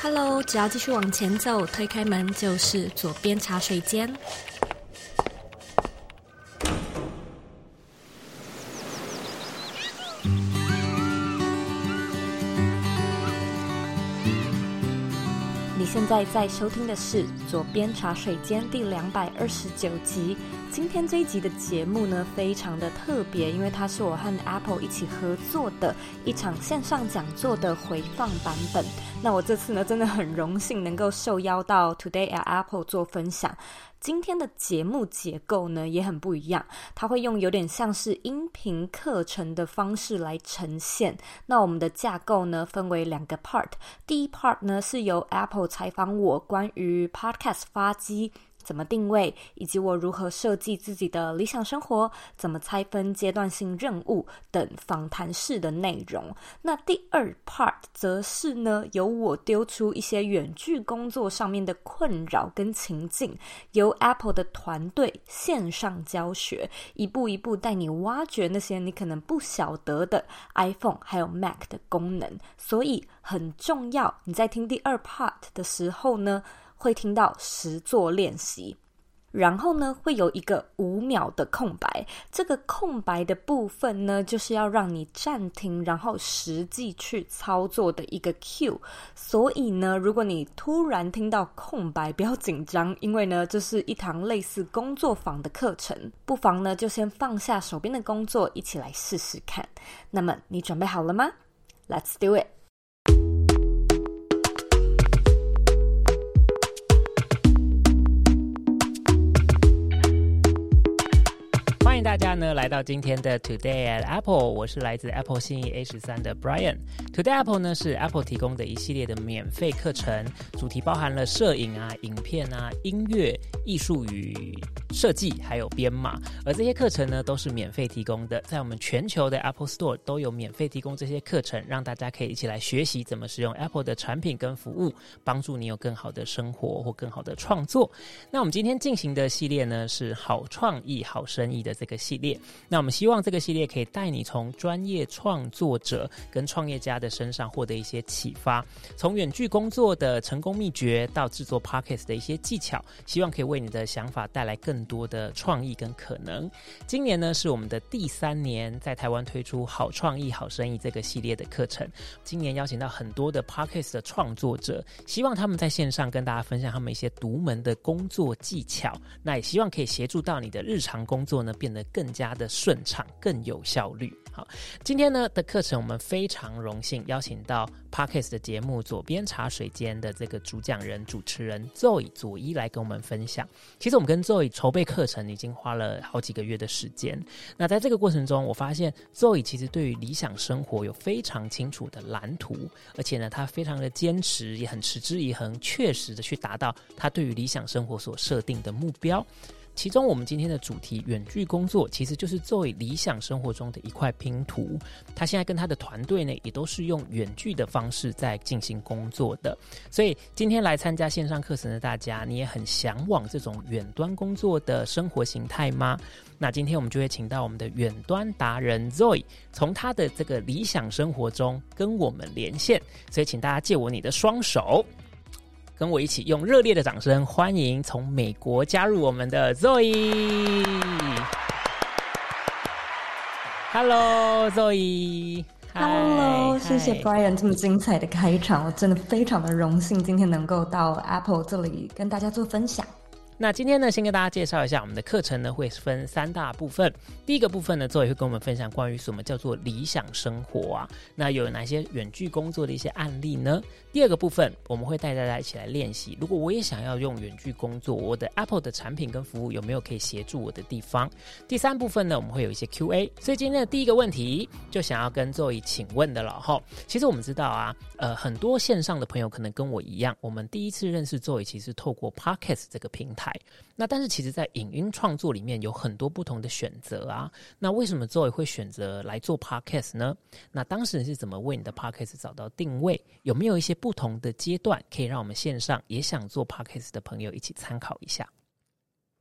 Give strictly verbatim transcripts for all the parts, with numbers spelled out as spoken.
Hello， 只要继续往前走，推开门就是左边茶水间。你现在在收听的是左边茶水间第两百二十九集。今天这一集的节目呢，非常的特别，因为它是我和 Apple 一起合作的一场线上讲座的回放版本。那我这次呢，真的很荣幸能够受邀到 Today at Apple 做分享。今天的节目结构呢也很不一样，它会用有点像是音频课程的方式来呈现。那我们的架构呢分为两个 part， 第一 part 呢是由 Apple 采访我关于 Podcast 发机怎么定位，以及我如何设计自己的理想生活，怎么拆分阶段性任务等访谈式的内容。那第二 part 则是呢，由我丢出一些远距工作上面的困扰跟情境，由 Apple 的团队线上教学，一步一步带你挖掘那些你可能不晓得的 iPhone 还有 Mac 的功能。所以很重要，你在听第二 part 的时候呢，会听到实作练习，然后呢会有一个五秒的空白，这个空白的部分呢就是要让你暂停然后实际去操作的一个 cue。 所以呢如果你突然听到空白，不要紧张，因为呢这是一堂类似工作坊的课程，不妨呢就先放下手边的工作，一起来试试看。那么你准备好了吗？ Let's do it。 欢迎大家呢来到今天的 Today at Apple， 我是来自 Apple 信义 A 十三 的 Brian。Today Apple 呢是 Apple 提供的一系列的免费课程，主题包含了摄影啊、影片啊、音乐、艺术与设计，还有编码。而这些课程呢都是免费提供的，在我们全球的 Apple Store 都有免费提供这些课程，让大家可以一起来学习怎么使用 Apple 的产品跟服务，帮助你有更好的生活或更好的创作。那我们今天进行的系列呢是好创意好生意的这个系列，那我们希望这个系列可以带你从专业创作者跟创业家的身上获得一些启发，从远距工作的成功秘诀到制作 Podcast 的一些技巧，希望可以为你的想法带来更多的创意跟可能。今年呢是我们的第三年在台湾推出好创意好生意这个系列的课程，今年邀请到很多的 Podcast 的创作者，希望他们在线上跟大家分享他们一些独门的工作技巧，那也希望可以协助到你的日常工作呢变得更加的顺畅，更有效率。好，今天呢的课程我们非常荣幸邀请到 Podcast 的节目左边茶水间的这个主讲人主持人 Zoe 左一来跟我们分享。其实我们跟 Zoe 筹备课程已经花了好几个月的时间，那在这个过程中我发现 Zoe 其实对于理想生活有非常清楚的蓝图，而且呢他非常的坚持，也很持之以恒，确实的去达到他对于理想生活所设定的目标。其中我们今天的主题远距工作其实就是作为理想生活中的一块拼图，他现在跟他的团队呢也都是用远距的方式在进行工作的。所以今天来参加线上课程的大家，你也很向往这种远端工作的生活形态吗？那今天我们就会请到我们的远端达人 Zoe， 从他的这个理想生活中跟我们连线，所以请大家借我你的双手，跟我一起用热烈的掌声欢迎从美国加入我们的 Zoe。Hello Zoe。Hello， 谢谢 Brian 这么精彩的开场，我真的非常的荣幸今天能够到 Apple 这里跟大家做分享。 那今天呢，先跟大家介绍一下我们的课程呢，会分三大部分。第一个部分呢，Zoe会跟我们分享关于什么叫做理想生活啊，那有哪些远距工作的一些案例呢？第二个部分，我们会带大家一起来练习，如果我也想要用远距工作，我的 Apple 的产品跟服务有没有可以协助我的地方？第三部分呢，我们会有一些 Q A。 所以今天的第一个问题就想要跟 Zoe 请问的了齁。其实我们知道啊，呃，很多线上的朋友可能跟我一样，我们第一次认识 Zoe 其实透过 Podcast 这个平台，那但是其实在影音创作里面有很多不同的选择啊，那为什么 Zoe 会选择来做 Podcast 呢？那当时你是怎么为你的 Podcast 找到定位？有没有一些不同的阶段可以让我们线上也想做 Podcast 的朋友一起参考一下？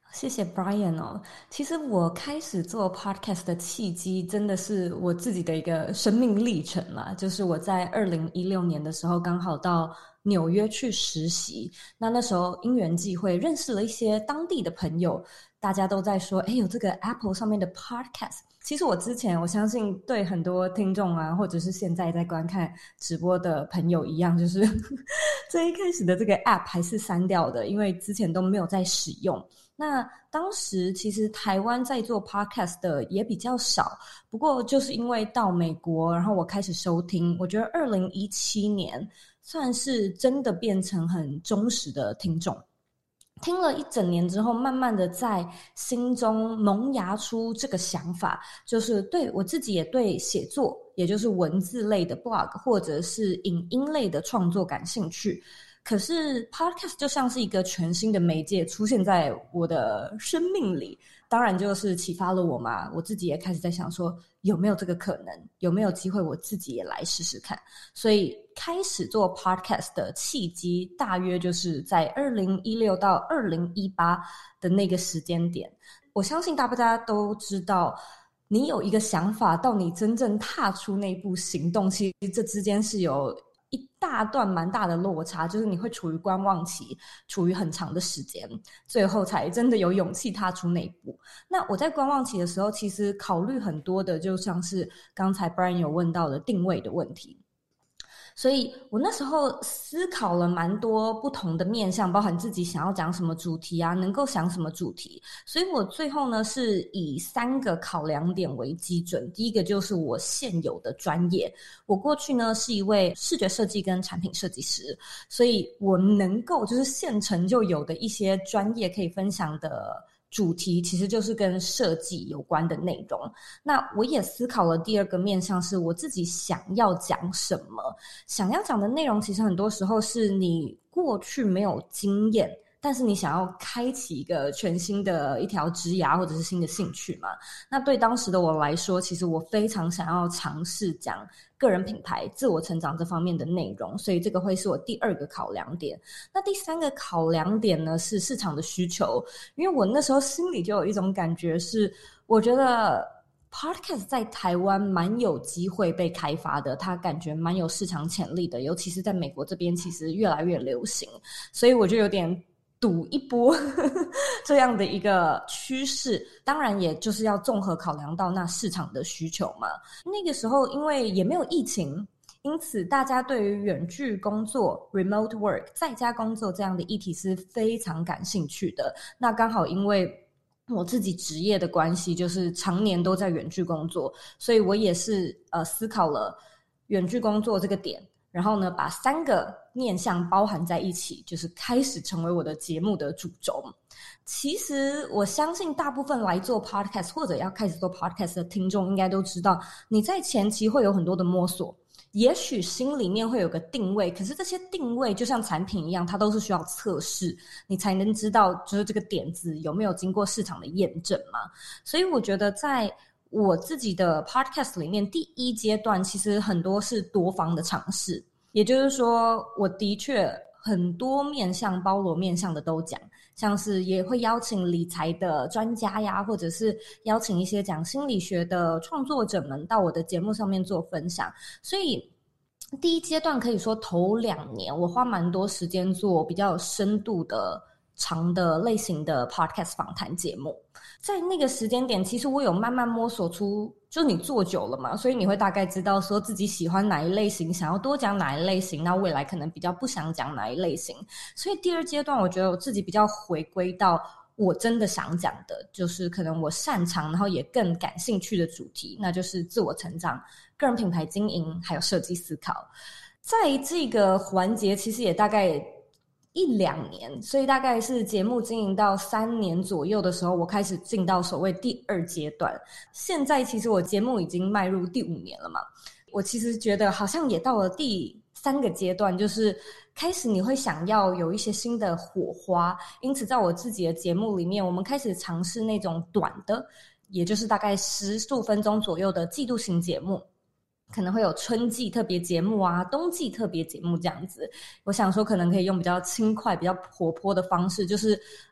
谢谢 Brian 哦。其实我开始做 podcast 的契机真的是我自己的一个生命历程啦，就是我在二零一六年的时候刚好到纽约去实习，那那时候因缘际会认识了一些当地的朋友，大家都在说诶有这个 Apple 上面的 podcast。其实我之前我相信对很多听众啊，或者是现在在观看直播的朋友一样，就是最一开始的这个 app 还是删掉的，因为之前都没有在使用。那当时其实台湾在做 podcast 的也比较少，不过就是因为到美国，然后我开始收听，我觉得二零一七年算是真的变成很忠实的听众。听了一整年之后，慢慢的在心中萌芽出这个想法，就是对我自己也对写作，也就是文字类的 blog 或者是影音类的创作感兴趣。可是 podcast 就像是一个全新的媒介出现在我的生命里，当然就是启发了我嘛，我自己也开始在想说有没有这个可能，有没有机会我自己也来试试看。所以开始做 podcast 的契机大约就是在二零一六到二零一八的那个时间点。我相信大家都知道，你有一个想法到你真正踏出那步行动，其实这之间是有一大段蛮大的落差，就是你会处于观望期，处于很长的时间，最后才真的有勇气踏出那一步。那我在观望期的时候，其实考虑很多的，就像是刚才 Brian 有问到的定位的问题。所以我那时候思考了蛮多不同的面向，包含自己想要讲什么主题啊，能够想什么主题。所以我最后呢是以三个考量点为基准。第一个就是我现有的专业，我过去呢是一位视觉设计跟产品设计师，所以我能够就是现成就有的一些专业可以分享的主题其实就是跟设计有关的内容。那我也思考了第二个面向，是我自己想要讲什么。想要讲的内容其实很多时候是你过去没有经验，但是你想要开启一个全新的一条职涯或者是新的兴趣嘛。那对当时的我来说，其实我非常想要尝试讲个人品牌、自我成长这方面的内容，所以这个会是我第二个考量点。那第三个考量点呢是市场的需求，因为我那时候心里就有一种感觉是，我觉得Podcast 在台湾蛮有机会被开发的，它感觉蛮有市场潜力的，尤其是在美国这边其实越来越流行，所以我就有点赌一波这样的一个趋势。当然也就是要综合考量到那市场的需求嘛。那个时候因为也没有疫情，因此大家对于远距工作 remote work 在家工作这样的议题是非常感兴趣的。那刚好因为我自己职业的关系，就是常年都在远距工作，所以我也是呃思考了远距工作这个点，然后呢把三个面向包含在一起，就是开始成为我的节目的主轴。其实我相信大部分来做 podcast 或者要开始做 podcast 的听众应该都知道，你在前期会有很多的摸索，也许心里面会有个定位，可是这些定位就像产品一样，它都是需要测试，你才能知道就是这个点子有没有经过市场的验证嘛。所以我觉得在我自己的 podcast 里面，第一阶段其实很多是多方的尝试，也就是说我的确很多面向包罗面向的都讲，像是也会邀请理财的专家呀，或者是邀请一些讲心理学的创作者们到我的节目上面做分享。所以第一阶段可以说头两年我花蛮多时间做比较有深度的长的类型的 podcast 访谈节目。在那个时间点其实我有慢慢摸索出，就你做久了嘛，所以你会大概知道说自己喜欢哪一类型，想要多讲哪一类型，那未来可能比较不想讲哪一类型。所以第二阶段我觉得我自己比较回归到我真的想讲的，就是可能我擅长然后也更感兴趣的主题，那就是自我成长、个人品牌经营还有设计思考。在这个环节其实也大概一两年，所以大概是节目经营到三年左右的时候，我开始进到所谓第二阶段。现在其实我节目已经迈入第五年了嘛，我其实觉得好像也到了第三个阶段，就是开始你会想要有一些新的火花。因此在我自己的节目里面，我们开始尝试那种短的，也就是大概十数分钟左右的季度型节目，可能会有春季特别节目啊，冬季特别节目这样子。我想说可能可以用比较轻快比较活泼的方式，就是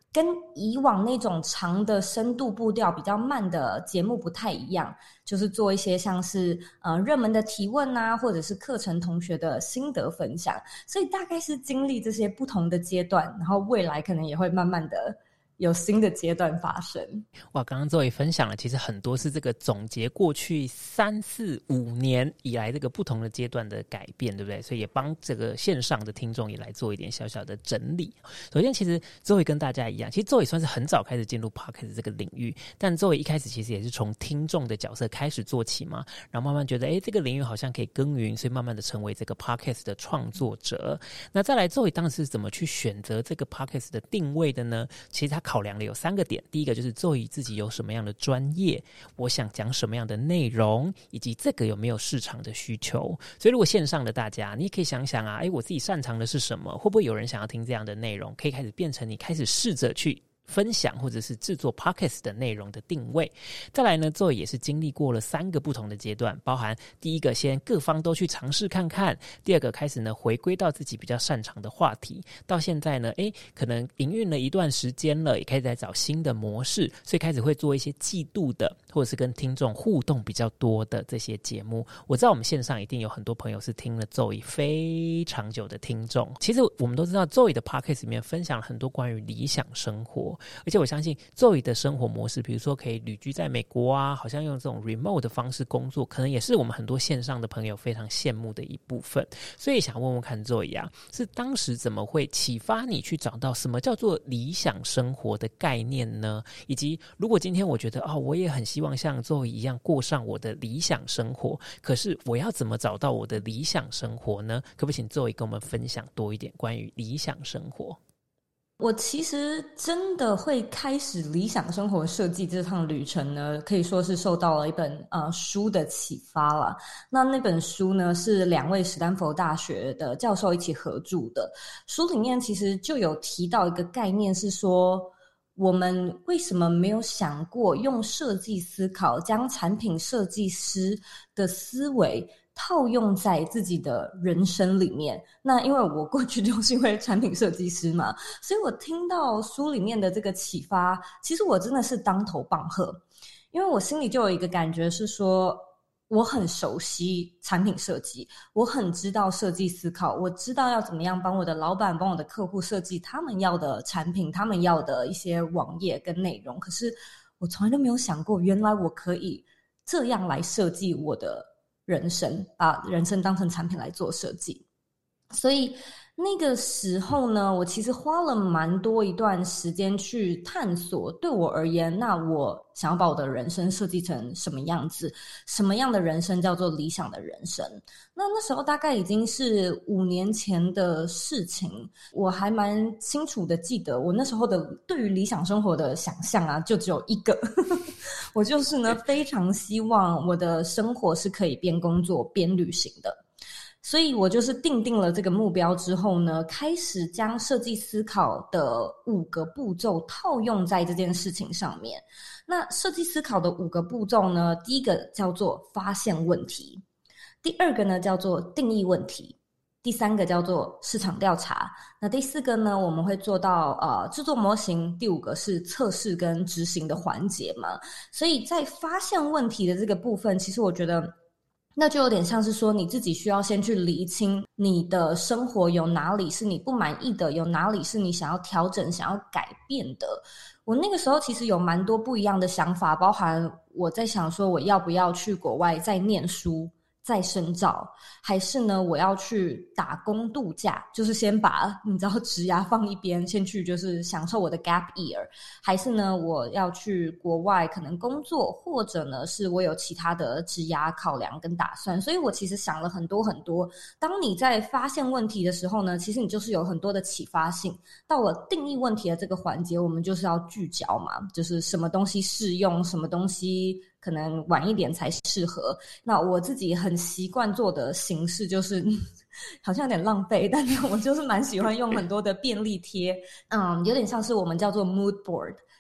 跟以往那种长的深度步调比较慢的节目不太一样，就是做一些像是呃热门的提问啊，或者是课程同学的心得分享，所以大概是经历这些不同的阶段，然后未来可能也会慢慢的有新的阶段发生。 哇，刚刚Zoe分享了，其实很多是这个总结过去三四五年以来这个不同的阶段的改变，对不对？所以也帮这个线上的听众也来做一点小小的整理。首先，其实Zoe跟大家一样，其实Zoe算是很早开始进入 Podcast 这个领域，但Zoe一开始其实也是从听众的角色开始做起嘛，然后慢慢觉得，哎，这个领域好像可以耕耘，所以慢慢的成为这个 Podcast 的创作者。那再来，Zoe当时是怎么去选择这个 Podcast 的定位的呢？其实他考量的有三个点，第一个就是 Zoe 自己有什么样的专业，我想讲什么样的内容，以及这个有没有市场的需求。所以如果线上的大家，你也可以想想啊，诶，我自己擅长的是什么，会不会有人想要听这样的内容，可以开始变成你开始试着去分享或者是制作 Podcast 的内容的定位。再来呢，Zoe也是经历过了三个不同的阶段，包含第一个先各方都去尝试看看，第二个开始呢回归到自己比较擅长的话题，到现在呢诶可能营运了一段时间了，也开始在找新的模式，所以开始会做一些季度的或者是跟听众互动比较多的这些节目。我知道我们线上一定有很多朋友是听了 Zoe 非常久的听众，其实我们都知道 Zoe 的 Podcast 里面分享了很多关于理想生活，而且我相信 Zoe 的生活模式，比如说可以旅居在美国啊，好像用这种 remote 的方式工作，可能也是我们很多线上的朋友非常羡慕的一部分。所以想问问看 Zoe 啊，是当时怎么会启发你去找到什么叫做理想生活的概念呢？以及如果今天我觉得哦，我也很希望像 Zoe 一样过上我的理想生活，可是我要怎么找到我的理想生活呢？可不可以请 Zoe 跟我们分享多一点关于理想生活？ 我其实真的会开始理想生活设计这趟旅程呢，可以说是受到了一本呃书的启发啦。那那本书呢是两位史丹佛大学的教授一起合著的，书里面其实就有提到一个概念，是说我们为什么没有想过用设计思考将产品设计师的思维套用在自己的人生里面。那因为我过去就是因为产品设计师嘛，所以我听到书里面的这个启发，其实我真的是当头棒喝。因为我心里就有一个感觉是说，我很熟悉产品设计，我很知道设计思考，我知道要怎么样帮我的老板帮我的客户设计他们要的产品，他们要的一些网页跟内容，可是我从来都没有想过原来我可以这样来设计我的人生，把人生当成产品来做设计。所以那个时候呢，我其实花了蛮多一段时间去探索，对我而言，那我想要把我的人生设计成什么样子，什么样的人生叫做理想的人生。那那时候大概已经是五年前的事情，我还蛮清楚的记得，我那时候的对于理想生活的想象啊，就只有一个我就是呢非常希望我的生活是可以边工作边旅行的。所以我就是定定了这个目标之后呢，开始将设计思考的五个步骤套用在这件事情上面。那设计思考的五个步骤呢，第一个叫做发现问题，第二个呢叫做定义问题，第三个叫做市场调查，那第四个呢我们会做到呃制作模型，第五个是测试跟执行的环节嘛。所以在发现问题的这个部分，其实我觉得那就有点像是说，你自己需要先去厘清你的生活有哪里是你不满意的，有哪里是你想要调整想要改变的。我那个时候其实有蛮多不一样的想法，包含我在想说我要不要去国外再念书再深造，还是呢我要去打工度假，就是先把你知道职涯放一边，先去就是享受我的 gap year， 还是呢我要去国外可能工作，或者呢是我有其他的职涯考量跟打算。所以我其实想了很多很多。当你在发现问题的时候呢，其实你就是有很多的启发性。到了定义问题的这个环节，我们就是要聚焦嘛，就是什么东西适用，什么东西可能晚一点才适合。那我自己很习惯做的形式就是好像有点浪费，但是我就是蛮喜欢用很多的便利贴，嗯，有点像是我们叫做 mood board，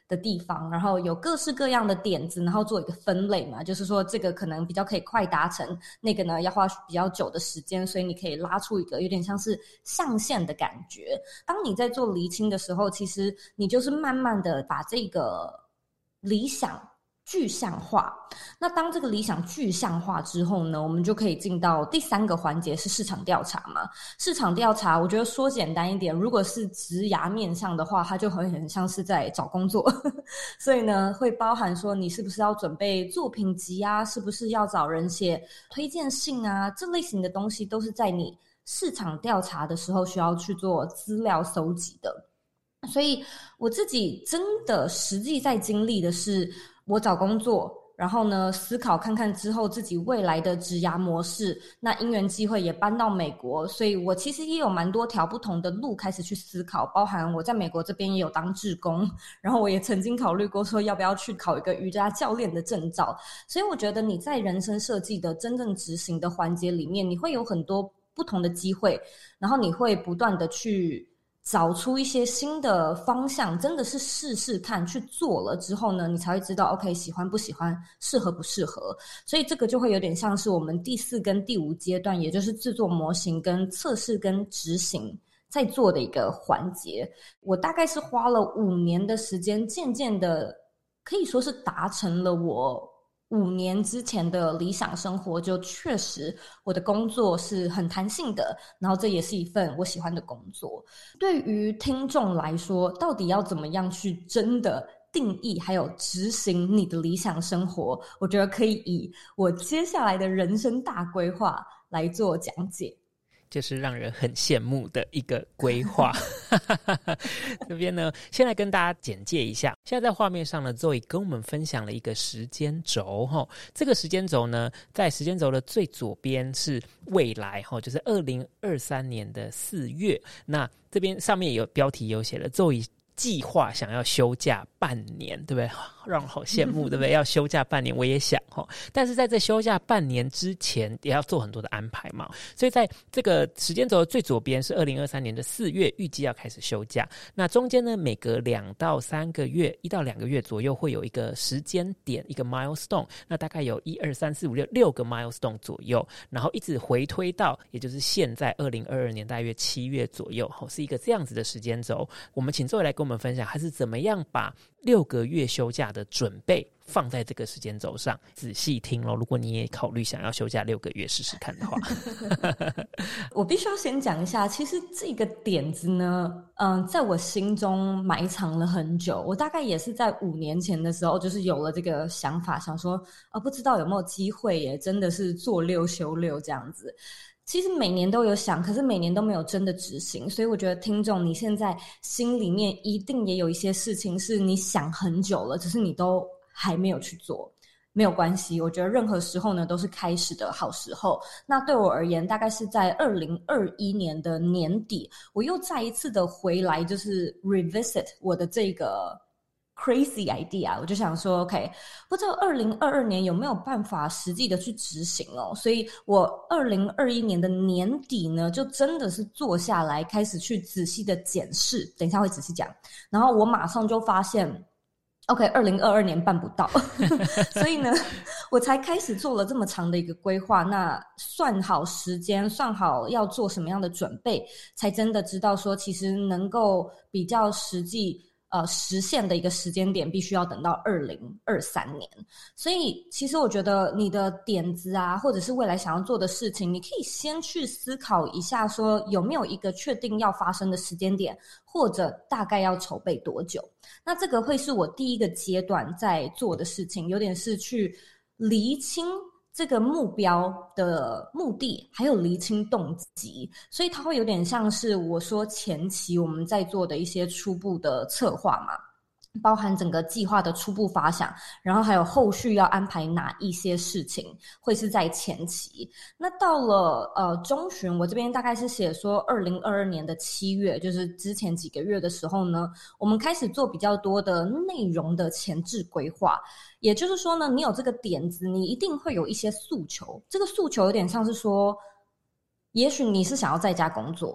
的地方，然后有各式各样的点子，然后做一个分类嘛，就是说这个可能比较可以快达成，那个呢要花比较久的时间，所以你可以拉出一个有点像是象限的感觉。当你在做厘清的时候，其实你就是慢慢的把这个理想具象化。那当这个理想具象化之后呢，我们就可以进到第三个环节，是市场调查嘛。市场调查我觉得说简单一点，如果是职涯面向的话，它就很很像是在找工作所以呢会包含说你是不是要准备作品集啊，是不是要找人写推荐信啊，这类型的东西都是在你市场调查的时候需要去做资料搜集的。所以我自己真的实际在经历的是，我找工作，然后呢思考看看之后自己未来的职涯模式，那因缘际会也搬到美国，所以我其实也有蛮多条不同的路开始去思考，包含我在美国这边也有当志工，然后我也曾经考虑过说要不要去考一个瑜伽教练的证照。所以我觉得你在人生设计的真正执行的环节里面，你会有很多不同的机会，然后你会不断的去找出一些新的方向，真的是试试看，去做了之后呢，你才会知道 OK 喜欢不喜欢，适合不适合。所以这个就会有点像是我们第四跟第五阶段，也就是制作模型跟测试跟执行在做的一个环节。我大概是花了五年的时间，渐渐的可以说是达成了我五年之前的理想生活，就确实我的工作是很弹性的，然后这也是一份我喜欢的工作。对于听众来说，到底要怎么样去真的定义还有执行你的理想生活，我觉得可以以我接下来的人生大规划来做讲解， 就是让人很羡慕的一个规划这边呢先来跟大家简介一下。现在在画面上呢 Zoe 跟我们分享了一个时间轴，这个时间轴呢在时间轴的最左边是未来，就是二零二三年的四月，那这边上面有标题有写了 Zoe 计划想要休假半年，对不对？让我好羡慕，对不对？要休假半年我也想，但是在这休假半年之前也要做很多的安排嘛，所以在这个时间轴的最左边是二零二三年的四月，预计要开始休假。那中间呢，每隔两到三个月，一到两个月左右会有一个时间点，一个 milestone， 那大概有一二三四五六六个 milestone 左右，然后一直回推到也就是现在二零二二年大约七月左右，是一个这样子的时间轴。我们请Zoe来跟我们分享还是怎么样把六个月休假的准备放在这个时间轴上，仔细听咯，如果你也考虑想要休假六个月试试看的话我必须要先讲一下，其实这个点子呢嗯，在我心中埋藏了很久。我大概也是在五年前的时候就是有了这个想法，想说啊，不知道有没有机会耶，真的是做六休六这样子。其实每年都有想，可是每年都没有真的执行，所以我觉得听众你现在心里面一定也有一些事情是你想很久了，只是你都还没有去做。没有关系，我觉得任何时候呢都是开始的好时候。那对我而言，大概是在二零二一年的年底，我又再一次的回来，就是 revisit 我的这个crazy idea， 我就想说 OK， 不知道二零二二年有没有办法实际的去执行哦。所以我二零二一年的年底呢，就真的是坐下来开始去仔细的检视，等一下会仔细讲。然后我马上就发现 OK， 二零二二年办不到所以呢我才开始做了这么长的一个规划，那算好时间，算好要做什么样的准备，才真的知道说其实能够比较实际呃，实现的一个时间点必须要等到二零二三年。所以其实我觉得你的点子啊，或者是未来想要做的事情，你可以先去思考一下说有没有一个确定要发生的时间点，或者大概要筹备多久。那这个会是我第一个阶段在做的事情，有点是去厘清这个目标的目的，还有厘清动机，所以它会有点像是我说前期我们在做的一些初步的策划嘛，包含整个计划的初步发想，然后还有后续要安排哪一些事情会是在前期。那到了呃中旬，我这边大概是写说二零二二年的七月，就是之前几个月的时候呢，我们开始做比较多的内容的前置规划。也就是说呢，你有这个点子，你一定会有一些诉求，这个诉求有点像是说，也许你是想要在家工作，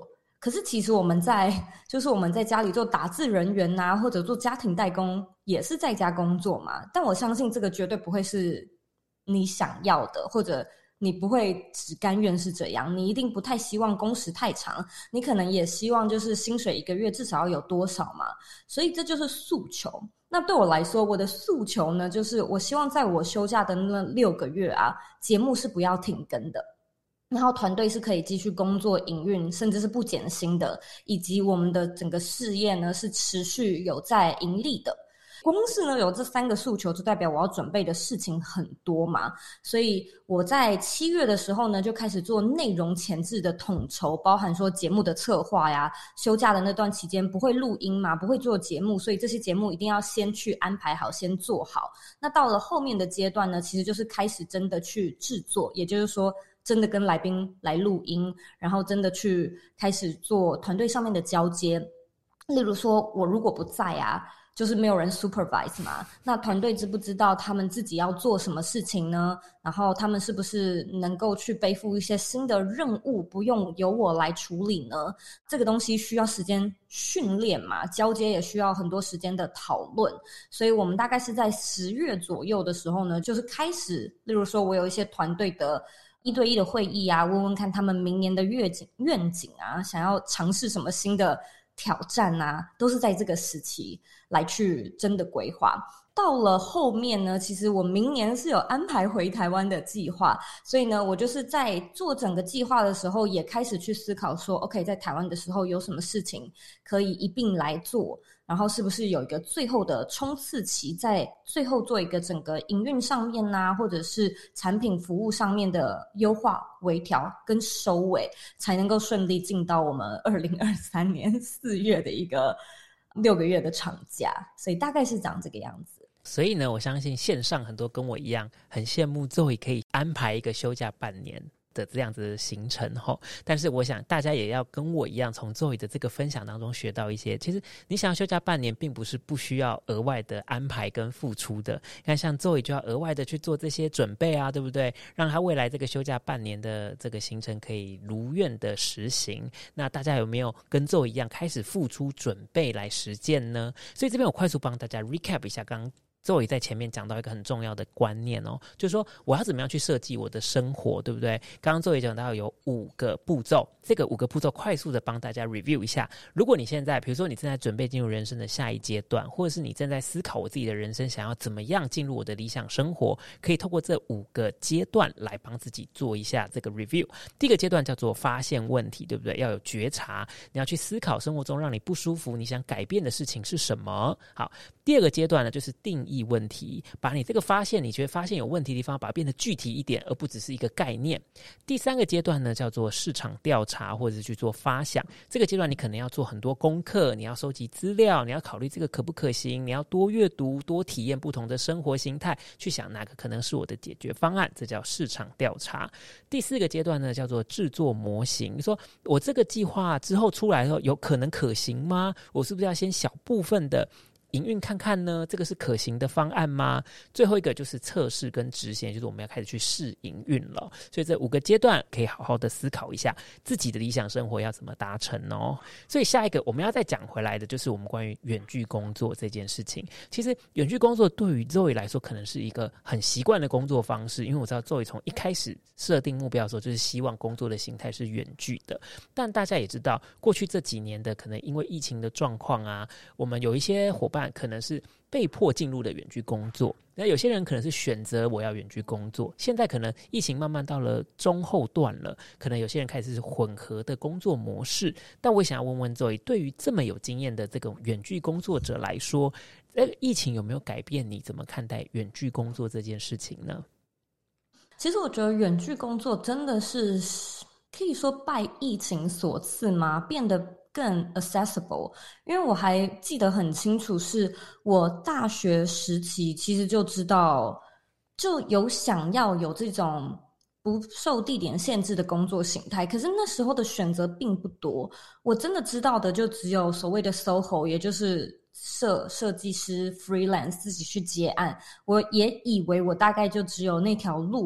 可是其实我们在就是我们在家里做打字人员啊，或者做家庭代工也是在家工作嘛，但我相信这个绝对不会是你想要的，或者你不会只甘愿是这样，你一定不太希望工时太长，你可能也希望就是薪水一个月至少要有多少嘛，所以这就是诉求。那对我来说，我的诉求呢，就是我希望在我休假的那六个月啊，节目是不要停更的，然后团队是可以继续工作营运，甚至是不减薪的，以及我们的整个事业呢是持续有在盈利的。光是呢有这三个诉求，就代表我要准备的事情很多嘛，所以我在七月的时候呢就开始做内容前置的统筹，包含说节目的策划呀，休假的那段期间不会录音嘛，不会做节目，所以这些节目一定要先去安排好，先做好。那到了后面的阶段呢，其实就是开始真的去制作，也就是说真的跟来宾来录音，然后真的去开始做团队上面的交接。例如说我如果不在啊，就是没有人 supervise 嘛，那团队知不知道他们自己要做什么事情呢？然后他们是不是能够去背负一些新的任务，不用由我来处理呢？这个东西需要时间训练嘛，交接也需要很多时间的讨论，所以我们大概是在十月左右的时候呢，就是开始，例如说我有一些团队的一对一的会议啊，问问看他们明年的愿景愿景啊，想要尝试什么新的挑战啊，都是在这个时期来去真的规划。到了后面呢，其实我明年是有安排回台湾的计划，所以呢我就是在做整个计划的时候也开始去思考说 OK 在台湾的时候有什么事情可以一并来做，然后是不是有一个最后的冲刺期，在最后做一个整个营运上面啊，或者是产品服务上面的优化微调跟收尾，才能够顺利进到我们二零二三年四月的一个六个月的长假，所以大概是长这个样子。 所以呢，我相信线上很多跟我一样很羡慕Zoe可以安排一个休假半年的这样子的行程齁，但是我想大家也要跟我一样，从Zoe的这个分享当中学到一些，其实你想要休假半年并不是不需要额外的安排跟付出的。你看像Zoe就要额外的去做这些准备啊，对不对？让他未来这个休假半年的这个行程可以如愿的实行。那大家有没有跟Zoe一样开始付出准备来实践呢？所以这边我快速帮大家 recap 一下刚刚Zoe在前面讲到一个很重要的观念哦，就是说我要怎么样去设计我的生活，对不对？刚刚Zoe讲到有五个步骤，这个五个步骤快速的帮大家 review 一下。如果你现在比如说你正在准备进入人生的下一阶段，或者是你正在思考我自己的人生想要怎么样进入我的理想生活，可以透过这五个阶段来帮自己做一下这个 review。第一个阶段叫做发现问题，对不对？要有觉察，你要去思考生活中让你不舒服你想改变的事情是什么。好，第二个阶段呢，就是定义问题，把你这个发现你觉得发现有问题的地方把它变得具体一点，而不只是一个概念。第三个阶段呢，叫做市场调查，或者是去做发想。这个阶段你可能要做很多功课，你要收集资料，你要考虑这个可不可行，你要多阅读，多体验不同的生活形态，去想哪个可能是我的解决方案，这叫市场调查。第四个阶段呢，叫做制作模型。你说我这个计划之后出来的时候有可能可行吗？我是不是要先小部分的营运看看呢？这个是可行的方案吗？最后一个就是测试跟执行，就是我们要开始去试营运了。所以这五个阶段可以好好的思考一下自己的理想生活要怎么达成哦。所以下一个我们要再讲回来的就是我们关于远距工作这件事情。其实远距工作对于 Zoe 来说可能是一个很习惯的工作方式，因为我知道 Zoe 从一开始设定目标的时候就是希望工作的形态是远距的。但大家也知道过去这几年的可能因为疫情的状况啊，我们有一些伙伴可能是被迫进入的远距工作，那有些人可能是选择我要远距工作。现在可能疫情慢慢到了中后段了，可能有些人开始是混合的工作模式。但我想要问问 Zoe， 对于这么有经验的这个远距工作者来说，疫情有没有改变你怎么看待远距工作这件事情呢？ 其实我觉得远距工作真的是可以说拜疫情所赐吗？变得更 accessible。 因为我还记得很清楚，是我大学时期其实就知道就有想要有这种不受地点限制的工作形态，可是那时候的选择并不多。我真的知道的就只有所谓的 S O H O， 也就是设设计师 freelance 自己去接案。我也以为我大概就只有那条路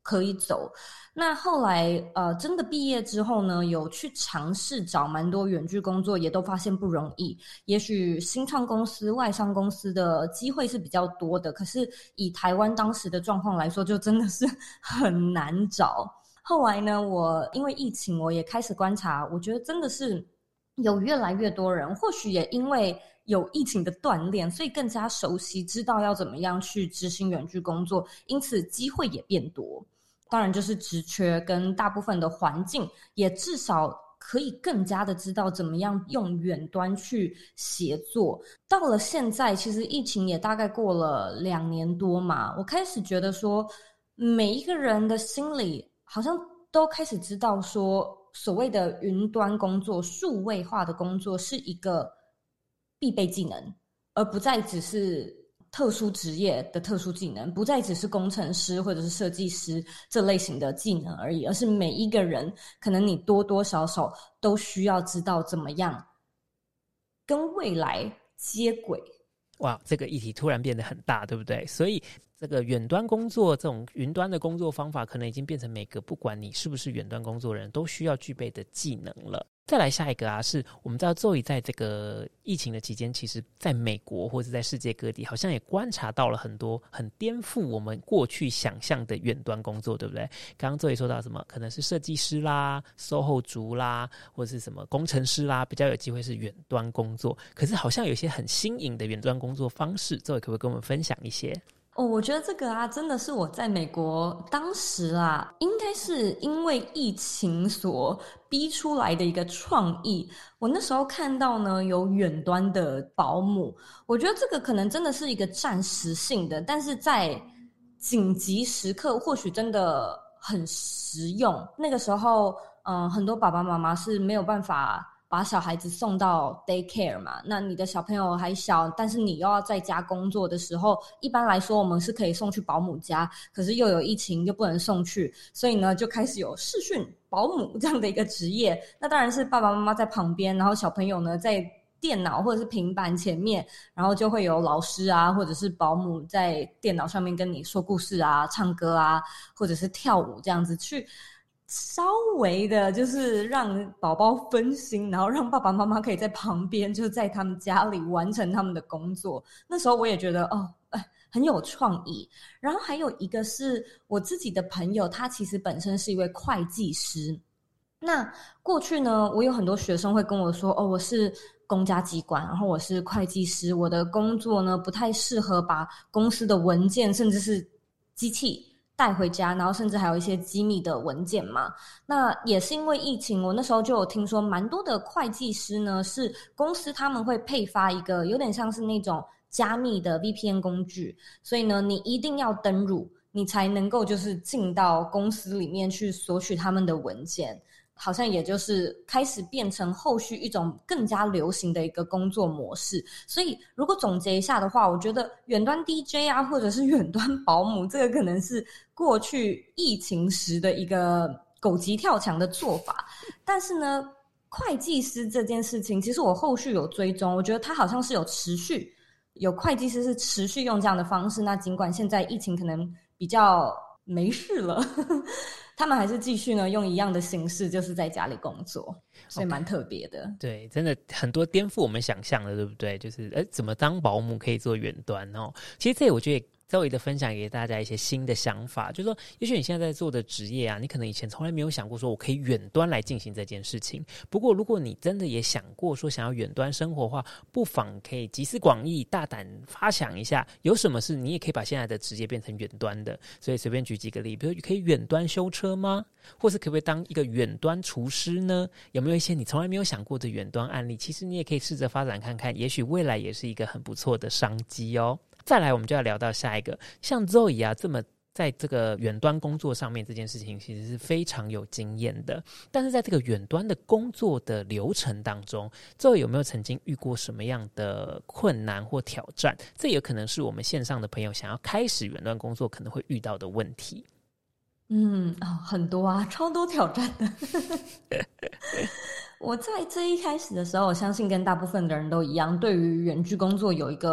可以走。那后来呃，真的毕业之后呢，有去尝试找蛮多远距工作，也都发现不容易。也许新创公司、外商公司的机会是比较多的，可是以台湾当时的状况来说，就真的是很难找。后来呢，我因为疫情，我也开始观察，我觉得真的是有越来越多人，或许也因为有疫情的锻炼，所以更加熟悉，知道要怎么样去执行远距工作，因此机会也变多。当然就是职缺跟大部分的环境也至少可以更加的知道怎么样用远端去协作。到了现在其实疫情也大概过了两年多嘛，我开始觉得说每一个人的心里好像都开始知道说所谓的云端工作、数位化的工作是一个必备技能，而不再只是特殊职业的特殊技能，不再只是工程师或者是设计师这类型的技能而已，而是每一个人可能你多多少少都需要知道怎么样跟未来接轨。 哇，这个议题突然变得很大，对不对？所以这个远端工作，这种云端的工作方法可能已经变成每个不管你是不是远端工作人都需要具备的技能了。再来下一个啊，是我们知道 Zoe 在这个疫情的期间，其实在美国或者在世界各地好像也观察到了很多很颠覆我们过去想象的远端工作，对不对？刚刚 Zoe 说到什么可能是设计师啦、S O H O 族啦，或者是什么工程师啦，比较有机会是远端工作。可是好像有一些很新颖的远端工作方式， Zoe 可不可以跟我们分享一些？ 哦，我觉得这个啊，真的是我在美国当时啊，应该是因为疫情所逼出来的一个创意。我那时候看到呢，有远端的保姆，我觉得这个可能真的是一个暂时性的，但是在紧急时刻或许真的很实用。那个时候，嗯，很多爸爸妈妈是没有办法把小孩子送到 daycare 嘛，那你的小朋友还小，但是你又要在家工作的时候，一般来说我们是可以送去保姆家，可是又有疫情又不能送去，所以呢就开始有视讯保姆这样的一个职业。那当然是爸爸妈妈在旁边，然后小朋友呢在电脑或者是平板前面，然后就会有老师啊或者是保姆在电脑上面跟你说故事啊、唱歌啊，或者是跳舞这样子去稍微的就是让宝宝分心，然后让爸爸妈妈可以在旁边就在他们家里完成他们的工作。那时候我也觉得哦，哎，很有创意。然后还有一个是我自己的朋友，他其实本身是一位会计师。那过去呢，我有很多学生会跟我说，哦，我是公家机关，然后我是会计师，我的工作呢不太适合把公司的文件甚至是机器带回家，然后甚至还有一些机密的文件嘛。那也是因为疫情，我那时候就有听说蛮多的会计师呢，是公司他们会配发一个有点像是那种加密的 V P N 工具，所以呢你一定要登入，你才能够就是进到公司里面去索取他们的文件。好像也就是开始变成后续一种更加流行的一个工作模式。所以如果总结一下的话，我觉得远端 D J 啊，或者是远端保姆，这个可能是过去疫情时的一个狗急跳墙的做法。但是呢，会计师这件事情，其实我后续有追踪，我觉得他好像是有持续，有会计师是持续用这样的方式。那尽管现在疫情可能比较没事了他们还是继续呢用一样的形式，就是在家里工作，所以蛮特别的。 Okay. 对，真的很多颠覆我们想象的，对不对？就是哎，怎么当保姆可以做远端哦？其实这我觉得Zoe的分享给大家一些新的想法，就是说也许你现在在做的职业啊，你可能以前从来没有想过说我可以远端来进行这件事情。不过如果你真的也想过说想要远端生活的话，不妨可以集思广益，大胆发想一下，有什么是你也可以把现在的职业变成远端的。所以随便举几个例，比如可以远端修车吗？或是可不可以当一个远端厨师呢？有没有一些你从来没有想过的远端案例？其实你也可以试着发展看看，也许未来也是一个很不错的商机哦。再来我们就要聊到下一个，像 Zoe 啊这么在这个远端工作上面这件事情其实是非常有经验的，但是在这个远端的工作的流程当中， Zoe 有没有曾经遇过什么样的困难或挑战？这也可能是我们线上的朋友想要开始远端工作可能会遇到的问题。 嗯、哦、很多啊，超多挑战的我在这一开始的时候，我相信跟大部分的人都一样，对于远距工作有一个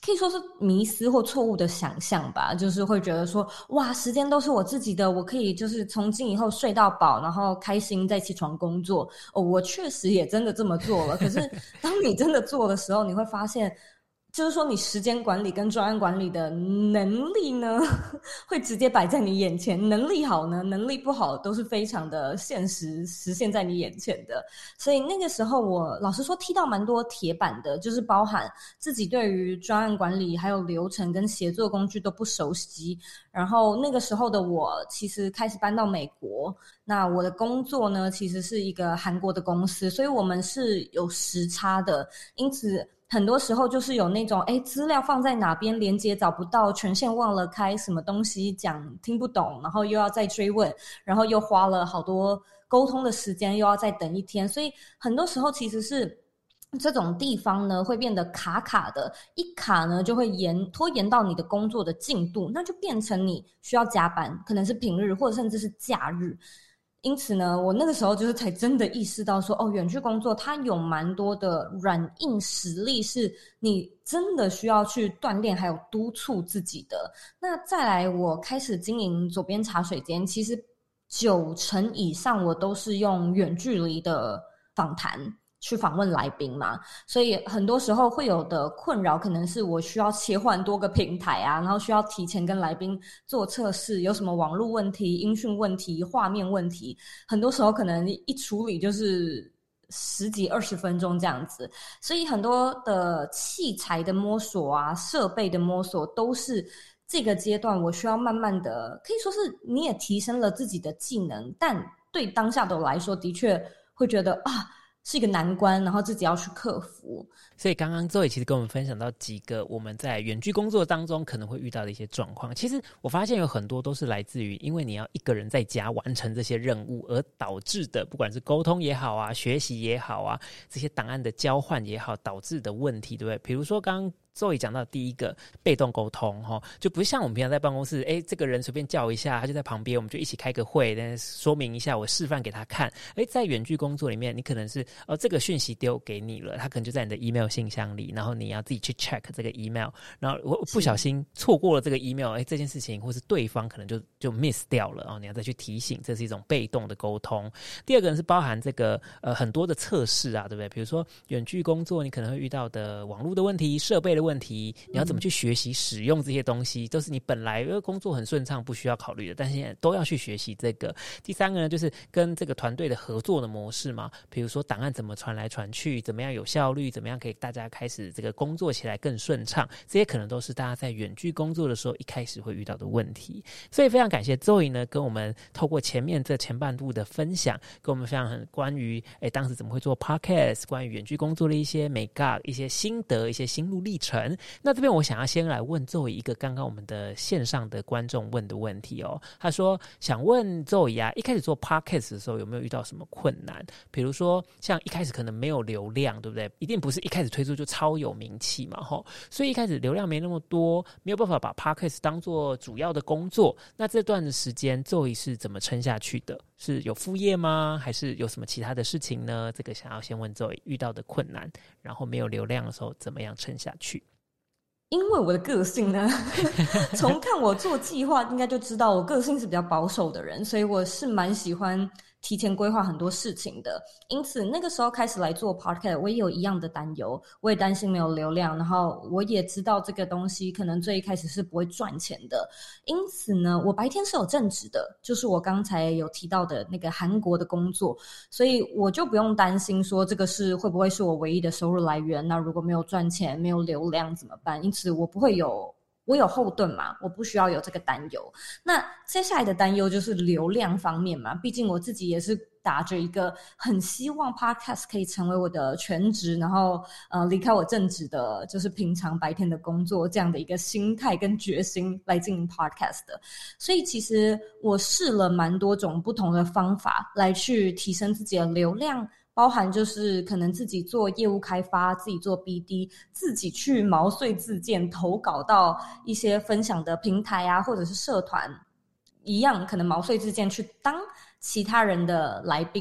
可以说是迷思或错误的想象吧，就是会觉得说哇时间都是我自己的，我可以就是从今以后睡到饱，然后开心再起床工作。哦，我确实也真的这么做了，可是当你真的做的时候，你会发现就是说你时间管理跟专案管理的能力呢会直接摆在你眼前，能力好呢能力不好都是非常的现实实现在你眼前的。所以那个时候我老实说踢到蛮多铁板的，就是包含自己对于专案管理还有流程跟协作工具都不熟悉，然后那个时候的我其实开始搬到美国，那我的工作呢其实是一个韩国的公司，所以我们是有时差的，因此很多时候就是有那种诶资料放在哪边连接找不到，权限忘了开，什么东西讲听不懂，然后又要再追问，然后又花了好多沟通的时间，又要再等一天，所以很多时候其实是这种地方呢会变得卡卡的，一卡呢就会延拖延到你的工作的进度，那就变成你需要加班，可能是平日或者甚至是假日。因此呢我那个时候就是才真的意识到说哦，远距工作它有蛮多的软硬实力是你真的需要去锻炼还有督促自己的。那再来我开始经营左边茶水间，其实九成以上我都是用远距离的访谈去访问来宾嘛，所以很多时候会有的困扰可能是我需要切换多个平台啊，然后需要提前跟来宾做测试，有什么网络问题、音讯问题、画面问题，很多时候可能一处理就是十几二十分钟这样子，所以很多的器材的摸索啊、设备的摸索都是这个阶段我需要慢慢的，可以说是你也提升了自己的技能，但对当下的我来说的确会觉得啊是一个难关，然后自己要去克服。 所以刚刚Zoe其实跟我们分享到几个我们在远距工作当中可能会遇到的一些状况，其实我发现有很多都是来自于因为你要一个人在家完成这些任务而导致的，不管是沟通也好啊，学习也好啊，这些档案的交换也好导致的问题，对不对？比如说刚刚Zoe讲到第一个被动沟通、哦、就不是像我们平常在办公室，诶这个人随便叫一下他就在旁边，我们就一起开个会说明一下，我示范给他看。诶在远距工作里面你可能是哦这个讯息丢给你了，他可能就在你的 email 信箱里，然后你要自己去 check 这个 email， 然后我不小心错过了这个 email， 诶这件事情或是对方可能就就 miss 掉了、哦、你要再去提醒，这是一种被动的沟通。第二个是包含这个呃很多的测试啊，对不对？比如说远距工作你可能会遇到的网络的问题、设备的问题，你要怎么去学习使用这些东西，都是你本来工作很顺畅不需要考虑的，但现在都要去学习这个。第三个呢就是跟这个团队的合作的模式嘛，比如说档案怎么传来传去，怎么样有效率，怎么样可以大家开始这个工作起来更顺畅，这些可能都是大家在远距工作的时候一开始会遇到的问题。所以非常感谢 Zoe 呢跟我们透过前面这前半部的分享，跟我们分享很关于诶当时怎么会做 podcast， 关于远距工作的一些美感、一些心得、一些心路历程。那这边我想要先来问 Zoe 一个刚刚我们的线上的观众问的问题哦。他说想问 Zoe 啊，一开始做 podcast 的时候有没有遇到什么困难？比如说像一开始可能没有流量，对不对？一定不是一开始推出就超有名气嘛，吼，所以一开始流量没那么多，没有办法把 podcast 当做主要的工作。那这段的时间 Zoe 是怎么撑下去的？是有副业吗？还是有什么其他的事情呢？这个想要先问 Zoe 遇到的困难，然后没有流量的时候怎么样撑下去？ 因为我的个性呢从看我做计划应该就知道我个性是比较保守的人，所以我是蛮喜欢提前规划很多事情的。因此那个时候开始来做 podcast 我也有一样的担忧，我也担心没有流量，然后我也知道这个东西可能最一开始是不会赚钱的。因此呢我白天是有正职的，就是我刚才有提到的那个韩国的工作，所以我就不用担心说这个是会不会是我唯一的收入来源，那如果没有赚钱没有流量怎么办？因此我不会有我有后盾嘛，我不需要有这个担忧。那接下来的担忧就是流量方面嘛，毕竟我自己也是打着一个很希望 podcast 可以成为我的全职，然后呃离开我正职的就是平常白天的工作这样的一个心态跟决心来进行 podcast 的。所以其实我试了蛮多种不同的方法来去提升自己的流量，包含就是可能自己做业务开发，自己做 B D， 自己去毛遂自荐投稿到一些分享的平台啊，或者是社团一样，可能毛遂自荐去当其他人的来宾，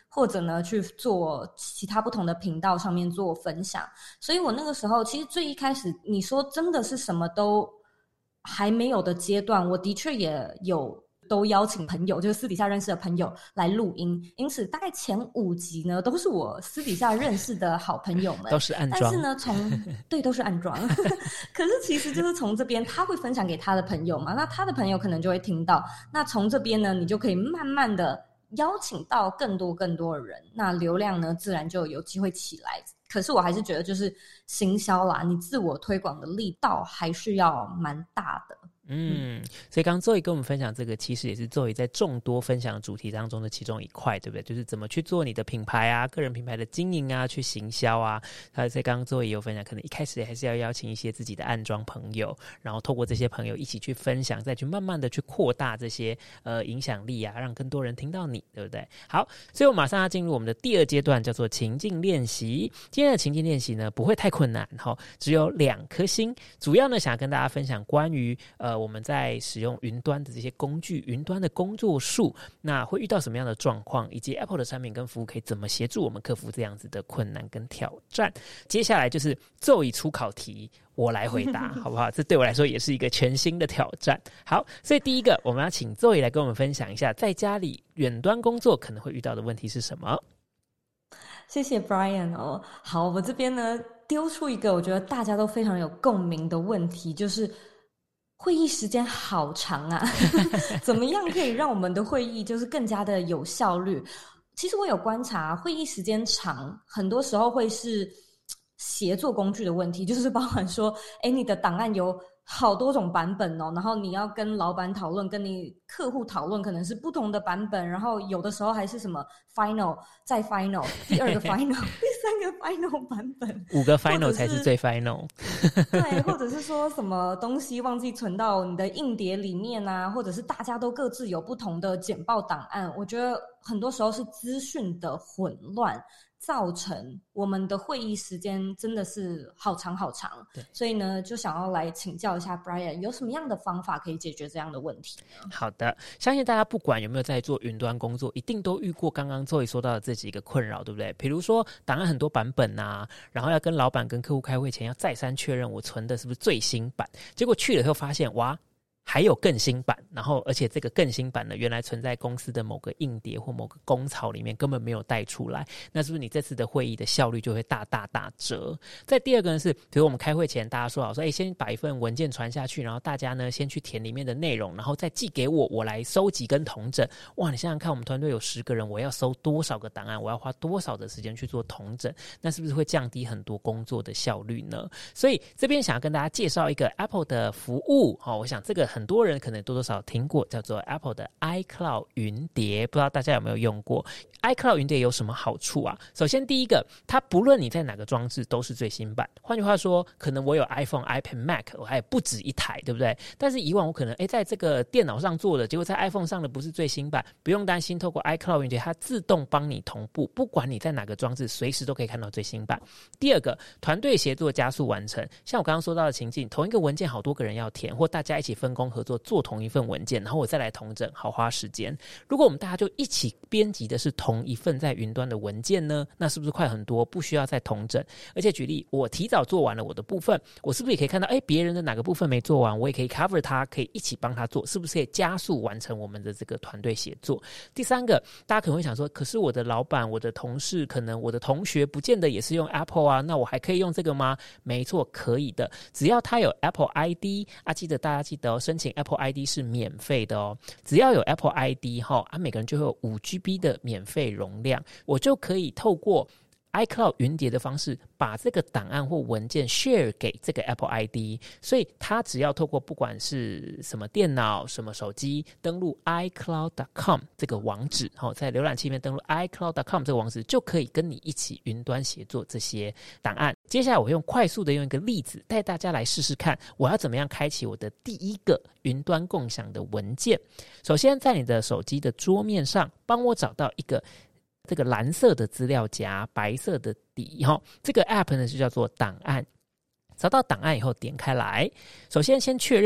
或者呢去做其他不同的频道上面做分享。所以我那个时候其实最一开始你说真的是什么都还没有的阶段，我的确也有都邀请朋友，就是私底下认识的朋友来录音，因此大概前五集呢都是我私底下认识的好朋友们， 都是暗装， 但是呢从对都是暗装可是其实就是从这边他会分享给他的朋友嘛，那他的朋友可能就会听到，那从这边呢你就可以慢慢的邀请到更多更多的人，那流量呢自然就有机会起来。可是我还是觉得就是行销啦，你自我推广的力道还是要蛮大的。 嗯，所以刚刚 Zoe 跟我们分享这个，其实也是 Zoe 在众多分享的主题当中的其中一块，对不对？就是怎么去做你的品牌啊，个人品牌的经营啊，去行销啊。他在刚刚 Zoe 也有分享，可能一开始还是要邀请一些自己的暗装朋友，然后透过这些朋友一起去分享，再去慢慢的去扩大这些呃影响力啊，让更多人听到你，对不对？好，所以我马上要进入我们的第二阶段，叫做情境练习。今天的情境练习呢，不会太困难，齁，只有两颗星。主要呢，想跟大家分享关于呃我们在使用云端的这些工具，云端的工作术，那会遇到什么样的状况，以及 Apple 的产品跟服务可以怎么协助我们克服这样子的困难跟挑战。接下来就是Zoe出考题，我来回答好不好？这对我来说也是一个全新的挑战。好，所以第一个我们要请Zoe来跟我们分享一下，在家里远端工作可能会遇到的问题是什么。 谢谢 Brian 哦。好，我这边呢丢出一个我觉得大家都非常有共鸣的问题，就是会议时间好长啊怎么样可以让我们的会议就是更加的有效率？其实我有观察，会议时间长很多时候会是协作工具的问题，就是包含说诶你的档案有好多种版本哦，然后你要跟老板讨论，跟你客户讨论，可能是不同的版本，然后有的时候还是什么 final 再 final 第二个 final 第三个 final 版本， 五个 final 才是最 final 对，或者是说什么东西忘记存到你的硬碟里面啊，或者是大家都各自有不同的简报档案，我觉得很多时候是资讯的混乱造成我们的会议时间真的是好长好长。对，所以呢就想要来请教一下 Brian 有什么样的方法可以解决这样的问题呢？ 好的，相信大家不管有没有在做云端工作，一定都遇过刚刚Zoe说到的这几个困扰，对不对？比如说档案很多版本啊，然后要跟老板跟客户开会前要再三确认我存的是不是最新版，结果去了以后发现哇还有更新版，然后而且这个更新版呢原来存在公司的某个硬碟或某个公槽里面，根本没有带出来，那是不是你这次的会议的效率就会大大打折？再第二个呢是，比如我们开会前大家说好说，哎，先把一份文件传下去，然后大家呢先去填里面的内容，然后再寄给我，我来收集跟统整。哇，你想想看，我们团队有十个人，我要收多少个档案，我要花多少的时间去做统整，那是不是会降低很多工作的效率呢？所以这边想要跟大家介绍一个 Apple 的服务，哦，我想这个很多人可能多多少少听过，叫做 Apple 的 iCloud 云碟，不知道大家有没有用过。 iCloud 云碟有什么好处啊？首先第一个，它不论你在哪个装置都是最新版，换句话说，可能我有 iPhone、iPad、Mac， 我还不止一台，对不对？但是以往我可能诶在这个电脑上做的，结果在 iPhone 上的不是最新版，不用担心，透过 iCloud 云碟它自动帮你同步，不管你在哪个装置随时都可以看到最新版。第二个，团队协作加速完成，像我刚刚说到的情境，同一个文件好多个人要填，或大家一起分工合作做同一份文件，然后我再来统整，好花时间。如果我们大家就一起编辑的是同一份在云端的文件呢，那是不是快很多，不需要再统整？而且举例，我提早做完了我的部分，我是不是也可以看到诶别人的哪个部分没做完，我也可以 cover 他，可以一起帮他做，是不是可以加速完成我们的这个团队协作？第三个，大家可能会想说，可是我的老板、我的同事，可能我的同学不见得也是用 Apple 啊，那我还可以用这个吗？没错，可以的，只要他有 Apple I D 啊，记得大家记得哦，申请 Apple I D 是免费的哦，只要有 Apple I D 哈、哦、啊，每个人就会有五 G B 的免费容量，我就可以透过iCloud 云碟的方式把这个档案或文件 share 给这个 Apple I D， 所以他只要透过不管是什么电脑什么手机登录 i cloud dot com 这个网址、哦、在浏览器里面登录 i cloud dot com 这个网址，就可以跟你一起云端协作这些档案。接下来我用快速的用一个例子带大家来试试看，我要怎么样开启我的第一个云端共享的文件。首先在你的手机的桌面上帮我找到一个这个蓝色的资料夹，白色的底、哦、这个 app 呢就叫做档案。找到档案以后点开来，首先先确认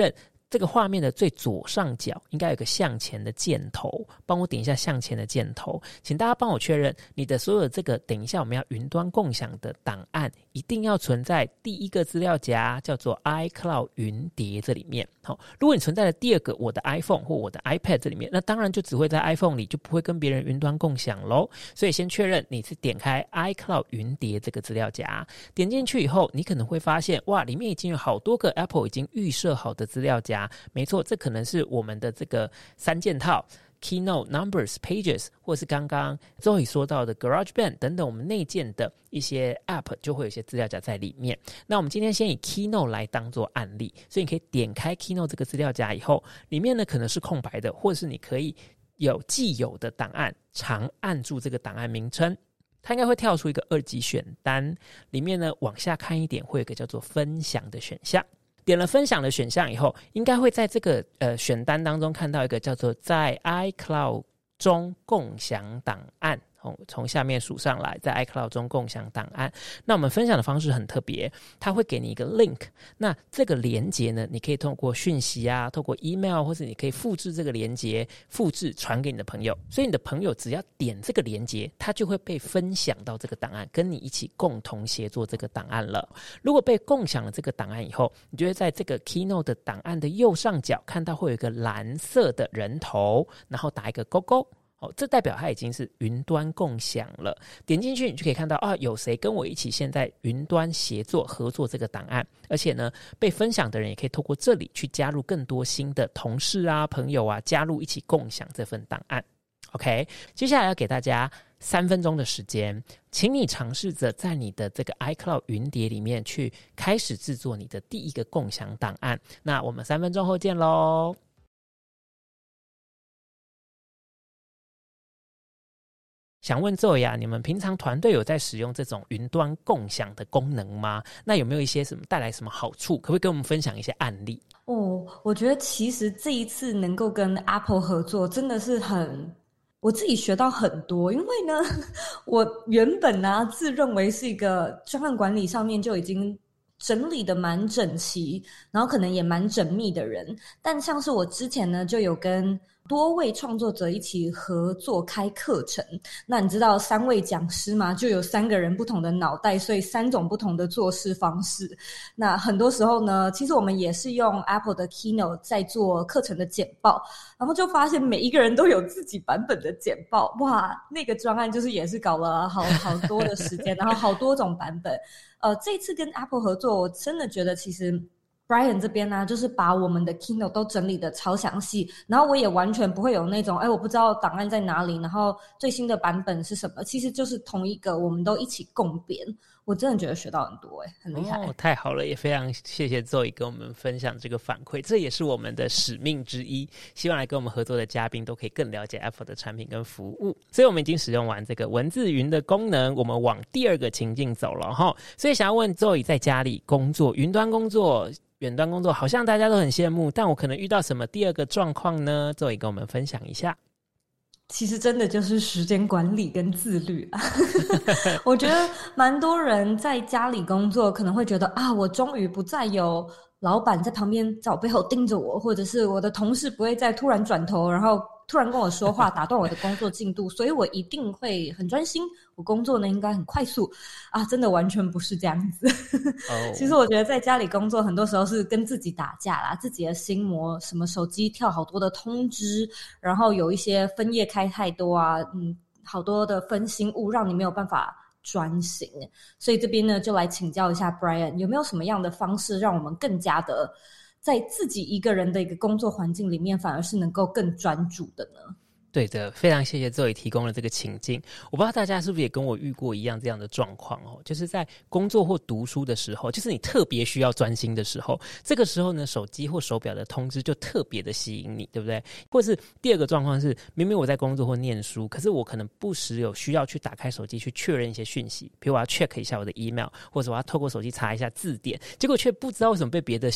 这个画面的最左上角应该有个向前的箭头，帮我点一下向前的箭头，请大家帮我确认你的所有这个等一下我们要云端共享的档案一定要存在第一个资料夹叫做 iCloud 云碟这里面。好，如果你存在了第二个我的 iPhone 或我的 iPad 这里面，那当然就只会在 iPhone 里，就不会跟别人云端共享咯。所以先确认你是点开 iCloud 云碟这个资料夹，点进去以后你可能会发现哇，里面已经有好多个 Apple 已经预设好的资料夹。没错，这可能是我们的这个三件套 Keynote Numbers Pages 或是刚刚 Zoe 说到的 GarageBand 等等我们内建的一些 App 就会有一些资料夹在里面。那我们今天先以 Keynote 来当做案例，所以你可以点开 Keynote 这个资料夹以后，里面呢可能是空白的，或者是你可以有既有的档案，长按住这个档案名称，它应该会跳出一个二级选单，里面呢往下看一点会有一个叫做分享的选项。点了分享的选项以后，应该会在这个呃选单当中看到一个叫做在 iCloud 中共享档案，从下面数上来，在 iCloud 中共享档案。那我们分享的方式很特别，它会给你一个 link， 那这个连结呢，你可以透过讯息啊，透过 email， 或是你可以复制这个连结，复制传给你的朋友，所以你的朋友只要点这个连结，它就会被分享到这个档案，跟你一起共同协作这个档案了。如果被共享了这个档案以后，你就会在这个 Keynote 的档案的右上角看到会有一个蓝色的人头，然后打一个勾勾，这代表它已经是云端共享了。点进去你就可以看到啊，有谁跟我一起现在云端协作合作这个档案，而且呢被分享的人也可以透过这里去加入更多新的同事啊朋友啊，加入一起共享这份档案。 OK， 接下来要给大家三分钟的时间，请你尝试着在你的这个 iCloud 云碟里面去开始制作你的第一个共享档案。那我们三分钟后见咯。想问Zoe啊，你们平常团队有在使用这种云端共享的功能吗？那有没有一些什么带来什么好处？可不可以跟我们分享一些案例？ 哦，我觉得其实这一次能够跟 Apple 合作真的是很，我自己学到很多。因为呢我原本呢、啊、自认为是一个专案管理上面就已经整理的蛮整齐，然后可能也蛮缜密的人，但像是我之前呢就有跟多位创作者一起合作开课程，那你知道三位讲师嘛，就有三个人不同的脑袋，所以三种不同的做事方式。那很多时候呢，其实我们也是用 Apple 的 Keynote 在做课程的简报，然后就发现每一个人都有自己版本的简报，哇，那个专案就是也是搞了好好多的时间然后好多种版本。呃，这次跟 Apple 合作，我真的觉得其实Brian 这边呢、啊，就是把我们的 Keynote 都整理的超详细，然后我也完全不会有那种哎我不知道档案在哪里，然后最新的版本是什么，其实就是同一个，我们都一起共编。我真的觉得学到很多，哎，很厉害。 哦，太好了，也非常谢谢 Zoe 跟我们分享这个反馈，这也是我们的使命之一，希望来跟我们合作的嘉宾都可以更了解 Apple 的产品跟服务。所以我们已经使用完这个文字云的功能，我们往第二个情境走了齁。所以想要问 Zoe 在家里工作，云端工作，远端工作，好像大家都很羡慕，但我可能遇到什么第二个状况呢？ Zoe 跟我们分享一下。 其实真的就是时间管理跟自律啊我觉得蛮多人在家里工作可能会觉得啊，我终于不再有老板在旁边在我背后盯着我，或者是我的同事不会再突然转头然后突然跟我说话打断我的工作进度，所以我一定会很专心，我工作呢应该很快速啊，真的完全不是这样子oh. 其实我觉得在家里工作很多时候是跟自己打架啦，自己的心魔，什么手机跳好多的通知，然后有一些分页开太多啊，嗯，好多的分心物让你没有办法专心。所以这边呢就来请教一下 Brian， 有没有什么样的方式让我们更加的在自己一个人的一个工作环境里面反而是能够更专注的呢？ 对的，非常谢谢Zoe提供了这个情境。我不知道大家是不是也跟我遇过一样这样的状况哦，就是在工作或读书的时候，就是你特别需要专心的时候，这个时候呢，手机或手表的通知就特别的吸引你，对不对？或是第二个状况是，明明我在工作或念书，可是我可能不时有需要去打开手机去确认一些讯息，比如我要 check 一下我的 email， 或者我要透过手机查一下字典，结果却不知道为什么被别的吸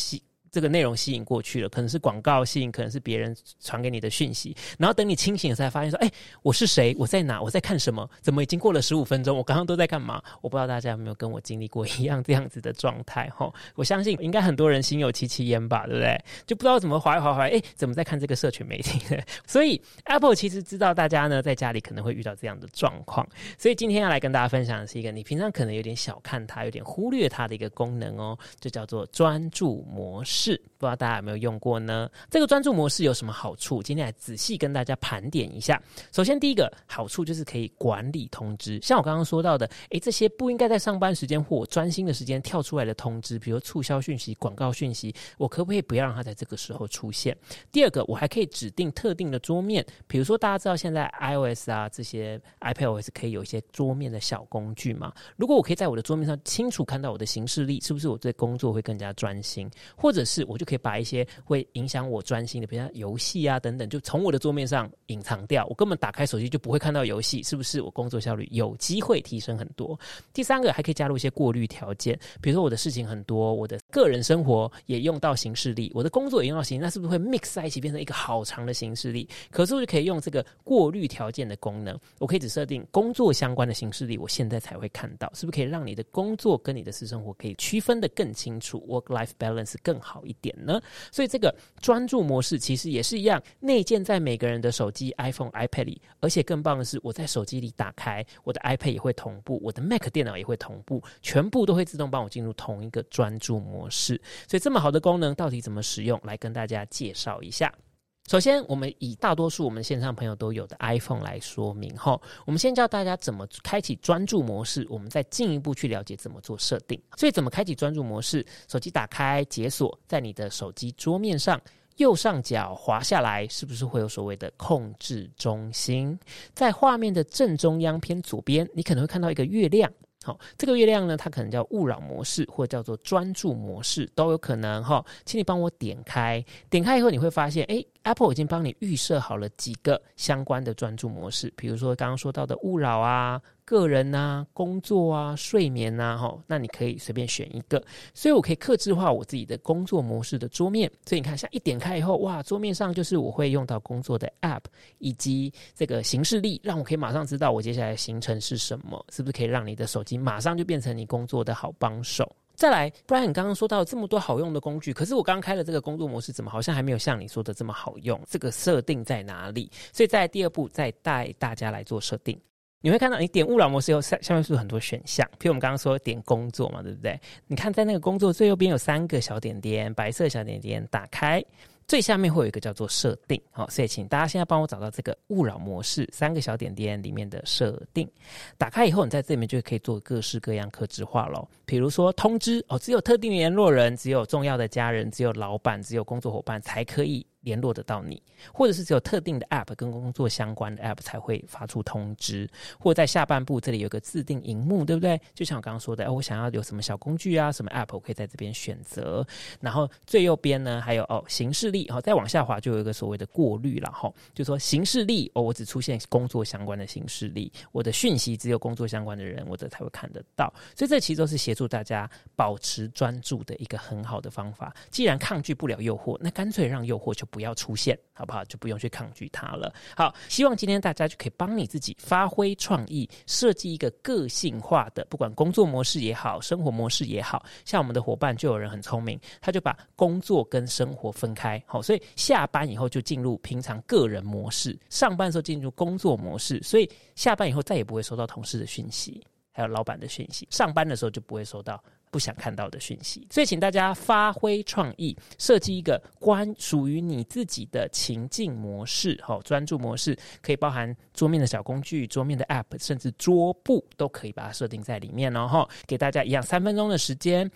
这个内容吸引过去了，可能是广告吸引，可能是别人传给你的讯息，然后等你清醒了才发现说，哎，我是谁？我在哪？我在看什么？怎么已经过了十五分钟？我刚刚都在干嘛？我不知道大家有没有跟我经历过一样这样子的状态齁。我相信应该很多人心有戚戚焉吧，对不对？就不知道怎么滑一滑滑，哎，怎么在看这个社群媒体呢？所以 Apple 其实知道大家呢在家里可能会遇到这样的状况，所以今天要来跟大家分享的是一个你平常可能有点小看它，有点忽略它的一个功能哦，就叫做专注模式。不知道大家有没有用过呢？这个专注模式有什么好处？今天来仔细跟大家盘点一下。首先第一个好处就是可以管理通知，像我刚刚说到的，诶，这些不应该在上班时间或我专心的时间跳出来的通知，比如促销讯息、广告讯息，我可不可以不要让它在这个时候出现？第二个，我还可以指定特定的桌面，比如说大家知道现在 iOS 啊这些 iPadOS 可以有一些桌面的小工具嘛，如果我可以在我的桌面上清楚看到我的行事历，是不是我对工作会更加专心？或者是我就可以把一些会影响我专心的，比如像游戏啊等等，就从我的桌面上隐藏掉，我根本打开手机就不会看到游戏，是不是我工作效率有机会提升很多？第三个，还可以加入一些过滤条件，比如说我的事情很多，我的个人生活也用到行事历，我的工作也用到行事历，那是不是会 mix 在一起变成一个好长的行事历？可是我就可以用这个过滤条件的功能，我可以只设定工作相关的行事历我现在才会看到，是不是可以让你的工作跟你的私生活可以区分得更清楚， work-life balance 更好一点呢？所以这个专注模式其实也是一样，内建在每个人的手机 iPhone、iPad 里，而且更棒的是我在手机里打开，我的 iPad 也会同步，我的 Mac 电脑也会同步，全部都会自动帮我进入同一个专注模式。所以这么好的功能到底怎么使用，来跟大家介绍一下。首先我们以大多数我们线上朋友都有的 iPhone 来说明后，我们先教大家怎么开启专注模式，我们再进一步去了解怎么做设定。所以怎么开启专注模式，手机打开解锁，在你的手机桌面上右上角滑下来，是不是会有所谓的控制中心？在画面的正中央偏左边，你可能会看到一个月亮。好，这个月亮呢，它可能叫勿扰模式，或者叫做专注模式，都有可能哈。请你帮我点开，点开以后你会发现，哎 ，Apple 已经帮你预设好了几个相关的专注模式，比如说刚刚说到的勿扰啊、个人啊、工作啊、睡眠啊，齁，那你可以随便选一个。所以我可以客制化我自己的工作模式的桌面。所以你看，像一点开以后，哇，桌面上就是我会用到工作的 App 以及这个行事历，让我可以马上知道我接下来的行程是什么，是不是可以让你的手机马上就变成你工作的好帮手？再来，不然你刚刚说到这么多好用的工具，可是我刚刚开了这个工作模式，怎么好像还没有像你说的这么好用？这个设定在哪里？所以在第二步再带大家来做设定。你会看到你点勿扰模式以后，下面是不是很多选项？譬如我们刚刚说点工作嘛，对不对？你看在那个工作最右边有三个小点点，白色小点点，打开最下面会有一个叫做设定。好，所以请大家现在帮我找到这个勿扰模式三个小点点里面的设定，打开以后你在这里面就可以做各式各样客制化咯。比如说通知哦，只有特定联络人，只有重要的家人，只有老板，只有工作伙伴才可以联络得到你，或者是只有特定的 App 跟工作相关的 App 才会发出通知，或者在下半部这里有个自定萤幕，对不对？就像我刚刚说的，哦，我想要有什么小工具啊，什么 App 我可以在这边选择。然后最右边呢还有哦行事历，哦，再往下滑就有一个所谓的过滤啦，齁，就说行事历哦，我只出现工作相关的行事历，我的讯息只有工作相关的人我这才会看得到。所以这其实都是协助大家保持专注的一个很好的方法。既然抗拒不了诱惑，那干脆让诱惑就不要出现，好不好？就不用去抗拒它了。好，希望今天大家就可以帮你自己发挥创意，设计一个个性化的，不管工作模式也好，生活模式也好。像我们的伙伴就有人很聪明，他就把工作跟生活分开，好，所以下班以后就进入平常个人模式，上班的时候进入工作模式，所以下班以后再也不会收到同事的讯息，还有老板的讯息，上班的时候就不会收到不想看到的讯息。所以请大家发挥创意，设计一个关属于你自己的情境模式，哦，专注模式可以包含桌面的小工具、桌面的 App， 甚至桌布都可以把它设定在里面哦。哦，给大家一样三分钟的时间。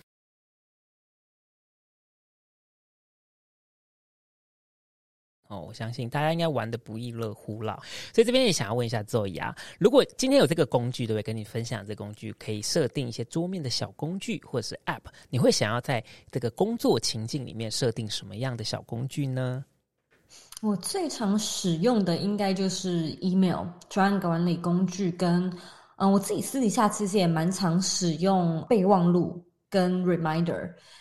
哦，我相信大家应该玩得不亦乐乎啦，所以这边也想要问一下 Zoe 啊，如果今天有这个工具，对不对？跟你分享这个工具，可以设定一些桌面的小工具或者是 App， 你会想要在这个工作情境里面设定什么样的小工具呢？ 我最常使用的应该就是 email 专案管理工具跟嗯，我自己私底下其实也蛮常使用备忘录跟 reminder。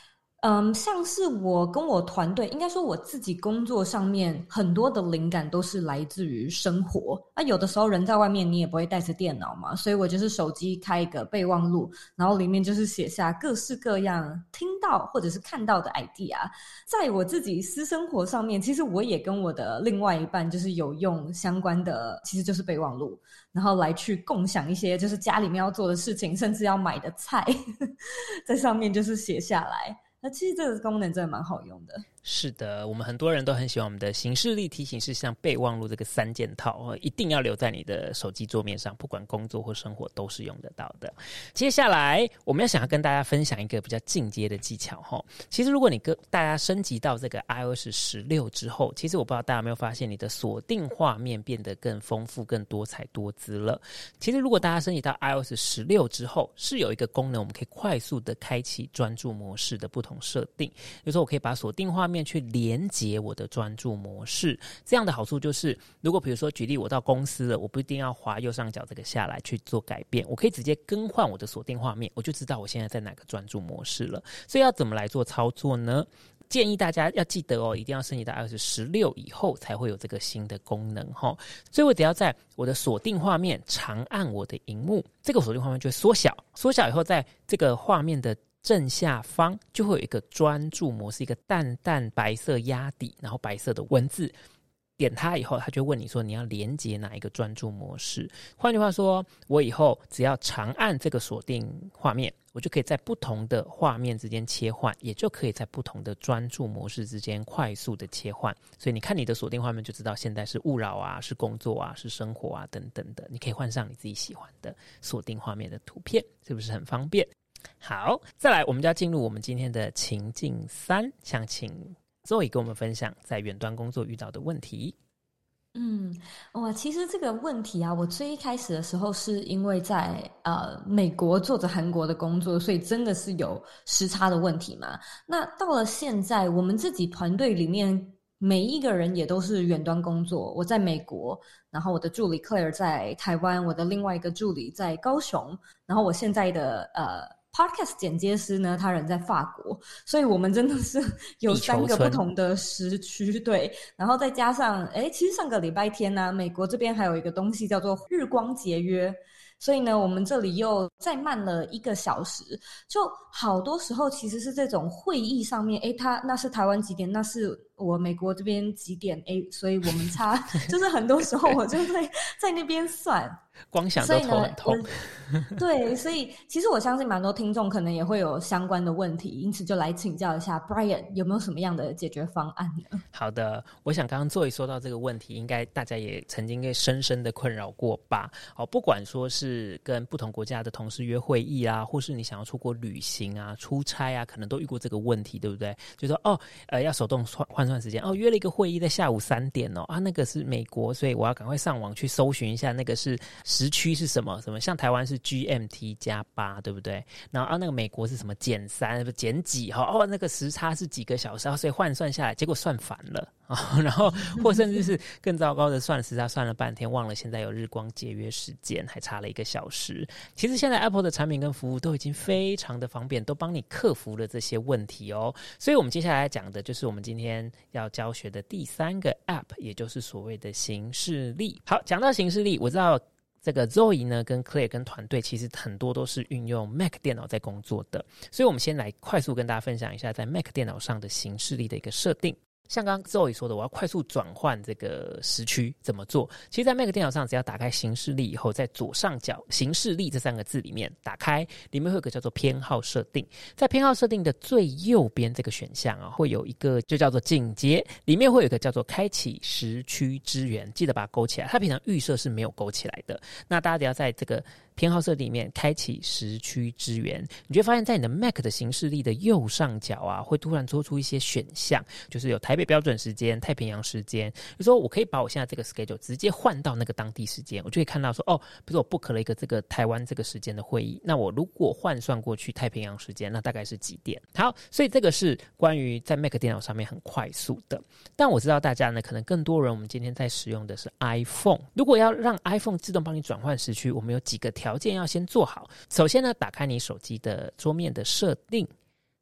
嗯，像是我跟我团队，应该说我自己工作上面很多的灵感都是来自于生活。那有的时候人在外面你也不会带着电脑嘛，所以我就是手机开一个备忘录，然后里面就是写下各式各样听到或者是看到的 idea。在我自己私生活上面，其实我也跟我的另外一半就是有用相关的，其实就是备忘录，然后来去共享一些就是家里面要做的事情，甚至要买的菜在上面就是写下来。那其实这个功能真的蛮好用的。 是的，我们很多人都很喜欢我们的行事历提醒事项备忘录这个三件套，一定要留在你的手机桌面上，不管工作或生活都是用得到的。接下来我们要想要跟大家分享一个比较进阶的技巧。其实如果你跟大家升级到这个 i O S 十六之后，其实我不知道大家有没有发现你的锁定画面变得更丰富更多彩多姿了。其实如果大家升级到 i O S 十六之后，是有一个功能我们可以快速的开启专注模式的不同设定，比如说我可以把锁定画面去连接我的专注模式。这样的好处就是，如果比如说举例我到公司了，我不一定要滑右上角这个下来去做改变，我可以直接更换我的锁定画面，我就知道我现在在哪个专注模式了。所以要怎么来做操作呢？建议大家要记得哦，一定要升级到 i O S 十六以后才会有这个新的功能齁。所以我只要在我的锁定画面长按我的萤幕，这个锁定画面就会缩小，缩小以后在这个画面的正下方就会有一个专注模式，一个淡淡白色压底，然后白色的文字，点它以后它就问你说你要连接哪一个专注模式。换句话说，我以后只要长按这个锁定画面，我就可以在不同的画面之间切换，也就可以在不同的专注模式之间快速的切换。所以你看你的锁定画面就知道现在是勿扰啊，是工作啊，是生活啊等等的，你可以换上你自己喜欢的锁定画面的图片，是不是很方便？好，再来我们就要进入我们今天的情境三，想请 Zoe 跟我们分享在远端工作遇到的问题。 嗯，哇，其实这个问题啊，我最一开始的时候是因为在呃美国做着韩国的工作，所以真的是有时差的问题嘛。那到了现在，我们自己团队里面每一个人也都是远端工作，我在美国，然后我的助理 Claire 在台湾，我的另外一个助理在高雄，然后我现在的呃Podcast 剪接师呢，他人在法国，所以我们真的是有三个不同的时区，对，然后再加上，诶，其实上个礼拜天呢、啊，美国这边还有一个东西叫做日光节约，所以呢，我们这里又再慢了一个小时，就好多时候其实是这种会议上面，诶，他那是台湾几点，那是我美国这边几点，诶，所以我们差，就是很多时候我就会在那边算。 光想都头很痛。 对，所以其实我相信蛮多听众可能也会有相关的问题，因此就来请教一下 Brian 有没有什么样的解决方案呢？ 好的，我想刚刚Zoe说到这个问题，应该大家也曾经被深深的困扰过吧。哦，不管说是跟不同国家的同事约会议啊，或是你想要出国旅行啊、出差啊，可能都遇过这个问题，对不对？就说哦，呃，要手动换算时间，哦，约了一个会议在下午三点哦，啊，那个是美国，所以我要赶快上网去搜寻一下那个是时区是什么？什么像台湾是 G M T 加八，对不对？然后啊，那个美国是什么减三、减几？哈，哦，那个时差是几个小时，所以换算下来，结果算反了啊。然后或甚至是更糟糕的，算时差算了半天，忘了现在有日光节约时间，还差了一个小时。其实现在 Apple 的产品跟服务都已经非常的方便，都帮你克服了这些问题哦。所以我们接下来讲的就是我们今天要教学的第三个 App， 也就是所谓的行事历。好，讲到行事历，我知道这个 Zoe 呢跟 Claire 跟团队其实很多都是运用 Mac 电脑在工作的，所以我们先来快速跟大家分享一下在 Mac 电脑上的行事历的一个设定。像刚刚 Zoe 说的，我要快速转换这个时区怎么做？其实在 Mac 电脑上，只要打开行事历以后，在左上角行事历这三个字里面打开，里面会有个叫做偏好设定，在偏好设定的最右边这个选项啊，会有一个就叫做紧接，里面会有一个叫做开启时区支援，记得把它勾起来，它平常预设是没有勾起来的。那大家只要在这个偏好设定里面开启时区支援，你就会发现在你的 Mac 的行事历的右上角啊，会突然做出一些选项，就是有台北标准时间、太平洋时间，就说我可以把我现在这个 schedule 直接换到那个当地时间，我就可以看到说，哦，比如说我 book 了一个这个台湾这个时间的会议，那我如果换算过去太平洋时间，那大概是几点？好，所以这个是关于在 Mac 电脑上面很快速的。但我知道大家呢，可能更多人我们今天在使用的是 iPhone， 如果要让 iPhone 自动帮你转换时区，我们有几个条件要先做好。首先呢，打开你手机的桌面的设定，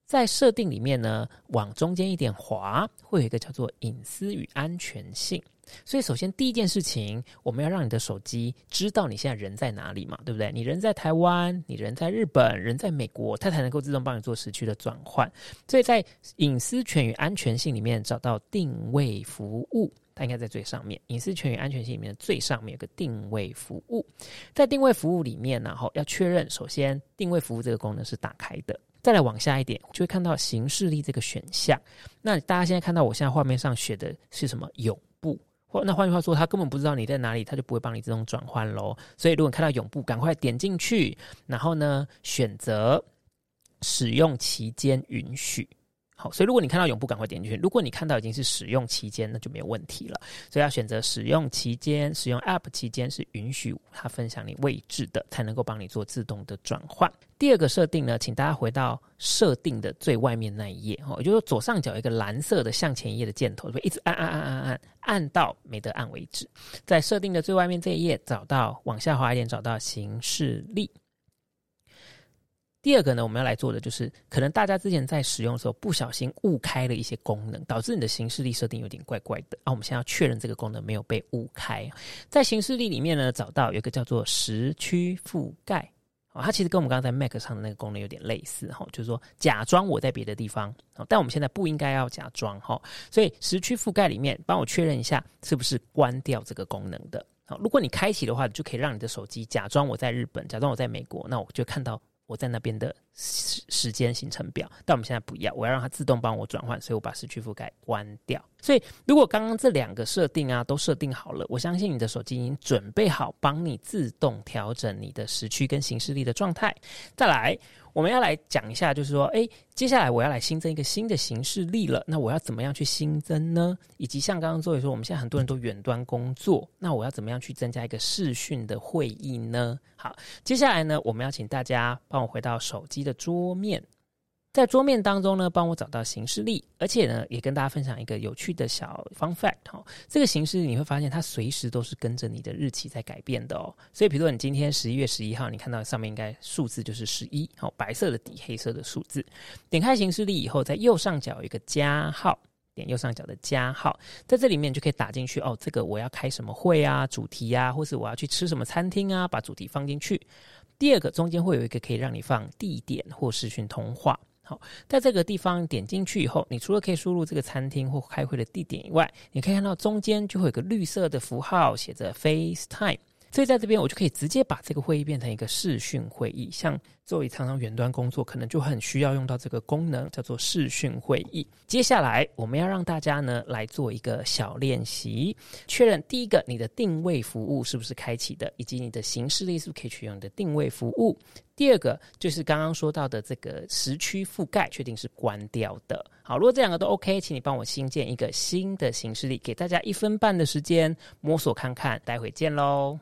在设定里面呢，往中间一点滑，会有一个叫做隐私与安全性。所以首先第一件事情，我们要让你的手机知道你现在人在哪里嘛，对不对？你人在台湾，你人在日本，人在美国，它才能够自动帮你做时区的转换。所以在隐私权与安全性里面找到定位服务，它应该在最上面。隐私权与安全性里面的最上面有个定位服务，在定位服务里面呢，要确认首先定位服务这个功能是打开的。再来往下一点，就会看到行事历这个选项。那大家现在看到我现在画面上写的是什么？永不。那换句话说，他根本不知道你在哪里，他就不会帮你自动转换咯。所以如果你看到永不，赶快点进去，然后呢选择使用期间允许。好，所以如果你看到永不，赶快点进去。如果你看到已经是使用期间，那就没有问题了。所以要选择使用期间，使用 App 期间是允许它分享你位置的，才能够帮你做自动的转换。第二个设定呢，请大家回到设定的最外面那一页，也就是说左上角有一个蓝色的向前一页的箭头，就一直按按按按按按到没得按为止。在设定的最外面这一页，找到往下滑一点，找到行事历。第二个呢，我们要来做的就是，可能大家之前在使用的时候不小心误开了一些功能，导致你的行事历设定有点怪怪的啊。我们现在要确认这个功能没有被误开。在行事历里面呢，找到有一个叫做时区覆盖，哦，它其实跟我们刚才在 Mac 上的那个功能有点类似，哦，就是说假装我在别的地方，哦，但我们现在不应该要假装，哦，所以时区覆盖里面帮我确认一下是不是关掉这个功能的。好，如果你开启的话，就可以让你的手机假装我在日本，假装我在美国，那我就看到我在那边的时间行程表。但我们现在不要，我要让它自动帮我转换，所以我把时区覆盖关掉。所以如果刚刚这两个设定啊都设定好了，我相信你的手机已经准备好帮你自动调整你的时区跟行事历的状态。再来我们要来讲一下，就是说诶接下来我要来新增一个新的行事历了，那我要怎么样去新增呢？以及像刚刚Zoe说，我们现在很多人都远端工作，那我要怎么样去增加一个视讯的会议呢？好，接下来呢，我们要请大家帮我回到手机的桌面，在桌面当中呢，帮我找到行事历，而且呢，也跟大家分享一个有趣的小 fun fact，哦，这个行事历你会发现它随时都是跟着你的日期在改变的哦。所以比如说你今天十一月十一号，你看到上面应该数字就是十一，哦，白色的底黑色的数字。点开行事历以后，在右上角有一个加号，点右上角的加号，在这里面就可以打进去，哦，这个我要开什么会啊，主题啊，或是我要去吃什么餐厅啊，把主题放进去。第二个中间会有一个可以让你放地点或视讯通话。好，在这个地方点进去以后，你除了可以输入这个餐厅或开会的地点以外，你可以看到中间就会有个绿色的符号写着 FaceTime， 所以在这边我就可以直接把这个会议变成一个视讯会议。像作为常常远端工作，可能就很需要用到这个功能，叫做视讯会议。接下来我们要让大家呢来做一个小练习，确认第一个你的定位服务是不是开启的，以及你的行事历是不是可以取用你的定位服务。第二个就是刚刚说到的这个时区覆盖，确定是关掉的。好，如果这两个都 OK， 请你帮我新建一个新的行事历，给大家一分半的时间摸索看看，待会见咯。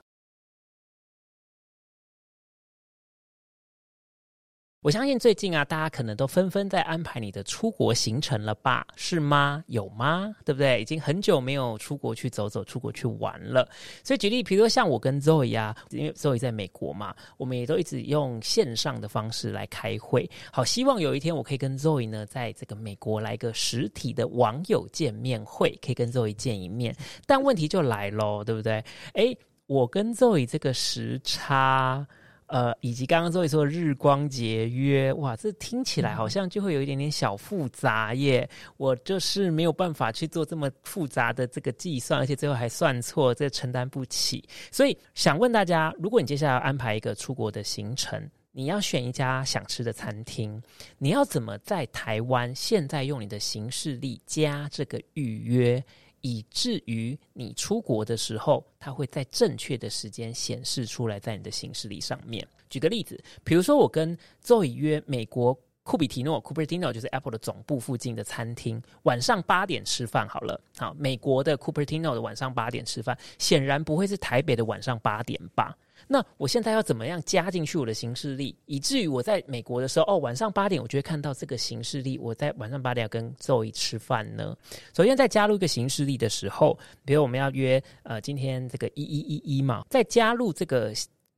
我相信最近啊，大家可能都纷纷在安排你的出国行程了吧？是吗？有吗？对不对？已经很久没有出国去走走，出国去玩了。所以举例，比如说像我跟 Zoe 啊，因为 Zoe 在美国嘛，我们也都一直用线上的方式来开会。好，希望有一天我可以跟 Zoe 呢，在这个美国来个实体的网友见面会，可以跟 Zoe 见一面。但问题就来咯，对不对？诶，我跟 Zoe 这个时差，呃，以及刚刚Zoe说的日光节约，哇，这听起来好像就会有一点点小复杂耶。我就是没有办法去做这么复杂的这个计算，而且最后还算错，这承担不起。所以想问大家，如果你接下来要安排一个出国的行程，你要选一家想吃的餐厅，你要怎么在台湾现在用你的行事历加这个预约，以至于你出国的时候，它会在正确的时间显示出来在你的行事历上面。举个例子，比如说我跟Zoe约美国库比提诺 Cupertino 就是 Apple 的总部附近的餐厅，晚上八点吃饭好了。好，美国的 Cupertino 的晚上八点吃饭，显然不会是台北的晚上八点吧？那我现在要怎么样加进去我的行事历，以至于我在美国的时候，哦，晚上八点我就会看到这个行事历，我在晚上八点要跟 Zoe 吃饭呢？首先在加入一个行事历的时候，比如我们要约呃今天这个一一一一嘛，在加入这个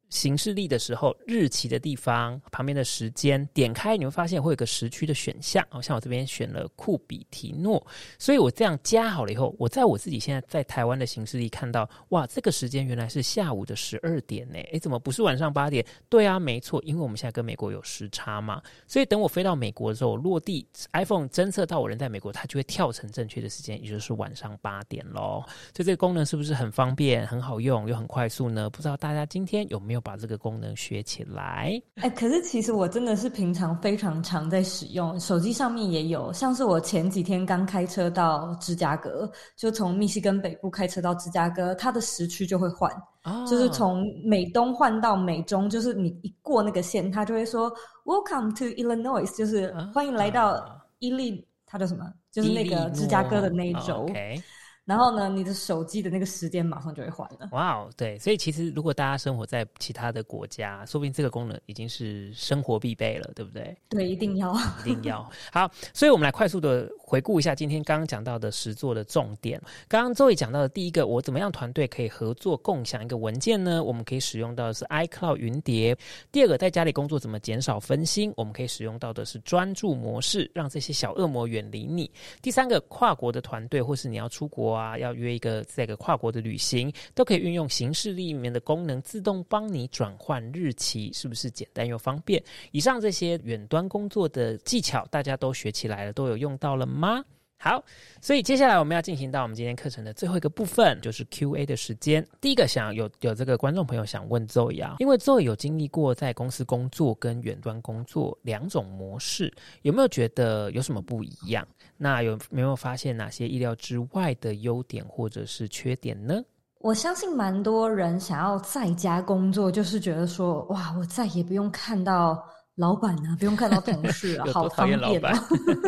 行事历的时候，日期的地方旁边的时间点开，你会发现会有个时区的选项，好像我这边选了库比提诺，所以我这样加好了以后，我在我自己现在在台湾的行事历看到，哇，这个时间原来是下午的十二点呢，诶，怎么不是晚上八点？对啊，没错，因为我们现在跟美国有时差嘛，所以等我飞到美国的时候，我落地 iPhone 侦测到我人在美国，它就会跳成正确的时间，也就是晚上八点咯。所以这个功能是不是很方便、很好用又很快速呢？不知道大家今天有没有把这个功能学起来？ 哎、欸，可是其实我真的是平常非常常在使用，手机上面也有，像是我前几天刚开车到芝加哥，就从密西根北部开车到芝加哥，它的时区就会换，哦，就是从美东换到美中，就是你一过那个线，它就会说 Welcome to Illinois， 就是欢迎来到伊利，它叫什么？就是那个芝加哥的那一州。 哦 okay。 然后呢，你的手机的那个时间马上就会换了。 哇哦，对，所以其实如果大家生活在其他的国家，说不定这个功能已经是生活必备了，对不对？ 对，一定要， 一定要。好，所以我们来快速的回顾一下今天刚刚讲到的实作的重点。刚刚Zoe讲到的第一个，我怎么样团队可以合作共享一个文件呢？我们可以使用到的是 iCloud 云碟。第二个，在家里工作怎么减少分心？我们可以使用到的是专注模式，让这些小恶魔远离你。第三个，跨国的团队或是你要出国啊，要约一个这个跨国的旅行，都可以运用行事历里面的功能，自动帮你转换日期，是不是简单又方便？以上这些远端工作的技巧，大家都学起来了，都有用到了吗？好，所以接下来我们要进行到我们今天课程的最后一个部分，就是 Q A 的时间。第一个想有有这个观众朋友想问 Zoe 啊，因为 Zoe 有经历过在公司工作跟远端工作两种模式，有没有觉得有什么不一样？那有没有发现哪些意料之外的优点或者是缺点呢？ 我相信蛮多人想要在家工作，就是觉得说，哇，我再也不用看到老板啊，不用看到同事啊，好方便啊。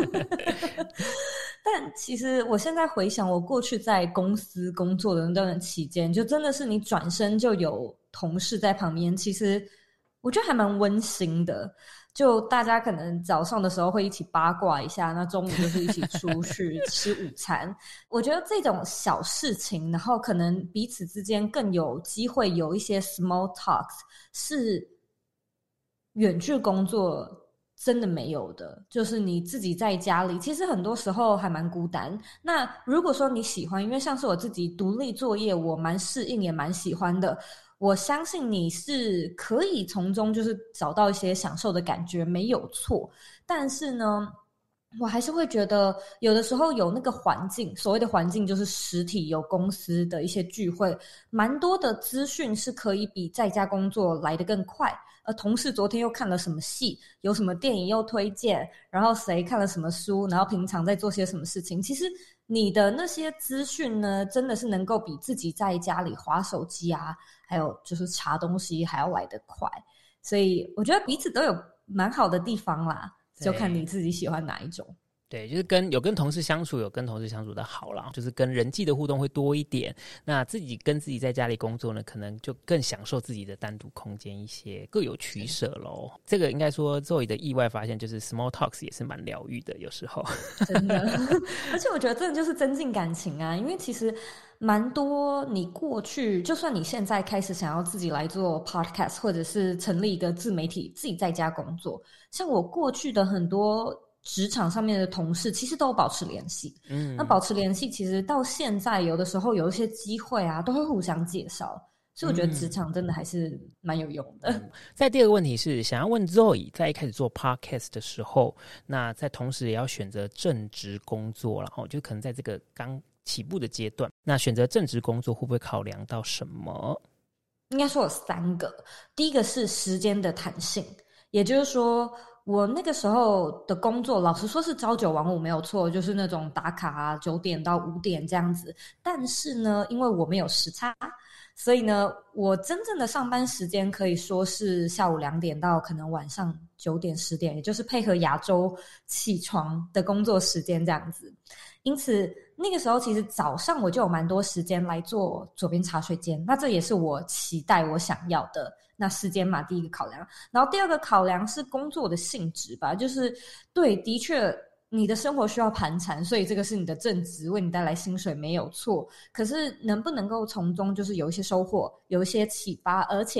但其实我现在回想我过去在公司工作的那段期间，就真的是你转身就有同事在旁边，其实我觉得还蛮温馨的。就大家可能早上的时候会一起八卦一下，那中午就是一起出去吃午餐。我觉得这种小事情，然后可能彼此之间更有机会有一些 small talks， 是远距工作真的没有的。就是你自己在家里，其实很多时候还蛮孤单。那如果说你喜欢，因为像是我自己独立作业，我蛮适应也蛮喜欢的，我相信你是可以从中就是找到一些享受的感觉，没有错。但是呢，我还是会觉得有的时候有那个环境，所谓的环境就是实体有公司的一些聚会，蛮多的资讯是可以比在家工作来得更快。呃，同事昨天又看了什么戏，有什么电影又推荐，然后谁看了什么书，然后平常在做些什么事情，其实你的那些资讯呢，真的是能够比自己在家里滑手机啊，还有就是查东西还要来得快。所以我觉得彼此都有蛮好的地方啦，就看你自己喜欢哪一种。 对，就是跟有跟同事相处，有跟同事相处的好啦，就是跟人际的互动会多一点。那自己跟自己在家里工作呢，可能就更享受自己的单独空间一些，各有取舍咯。这个应该说 Zoe 的意外发现，就是 small talks 也是蛮疗愈的，有时候真的。而且我觉得真的就是增进感情啊，因为其实蛮多你过去，就算你现在开始想要自己来做 podcast， 或者是成立一个自媒体，自己在家工作，像我过去的很多职场上面的同事其实都有保持联系，嗯，那保持联系其实到现在有的时候有一些机会啊，都会互相介绍，所以我觉得职场真的还是蛮有用的。 嗯、在第二个问题是想要问 Zoe， 在一开始做 podcast 的时候，那在同时也要选择正职工作，然后就可能在这个刚起步的阶段，那选择正职工作会不会考量到什么？ 应该说有三个。第一个是时间的弹性，也就是说我那个时候的工作老实说是朝九晚五没有错，就是那种打卡啊，九点到五点这样子。但是呢，因为我没有时差，所以呢，我真正的上班时间可以说是下午两点到可能晚上九点十点，也就是配合亚洲起床的工作时间这样子。因此那个时候其实早上我就有蛮多时间来做左边茶水间，那这也是我期待我想要的。那时间嘛，第一个考量。然后第二个考量是工作的性质吧，就是对，的确你的生活需要盘缠，所以这个是你的正职，为你带来薪水没有错。可是能不能够从中就是有一些收获，有一些启发，而且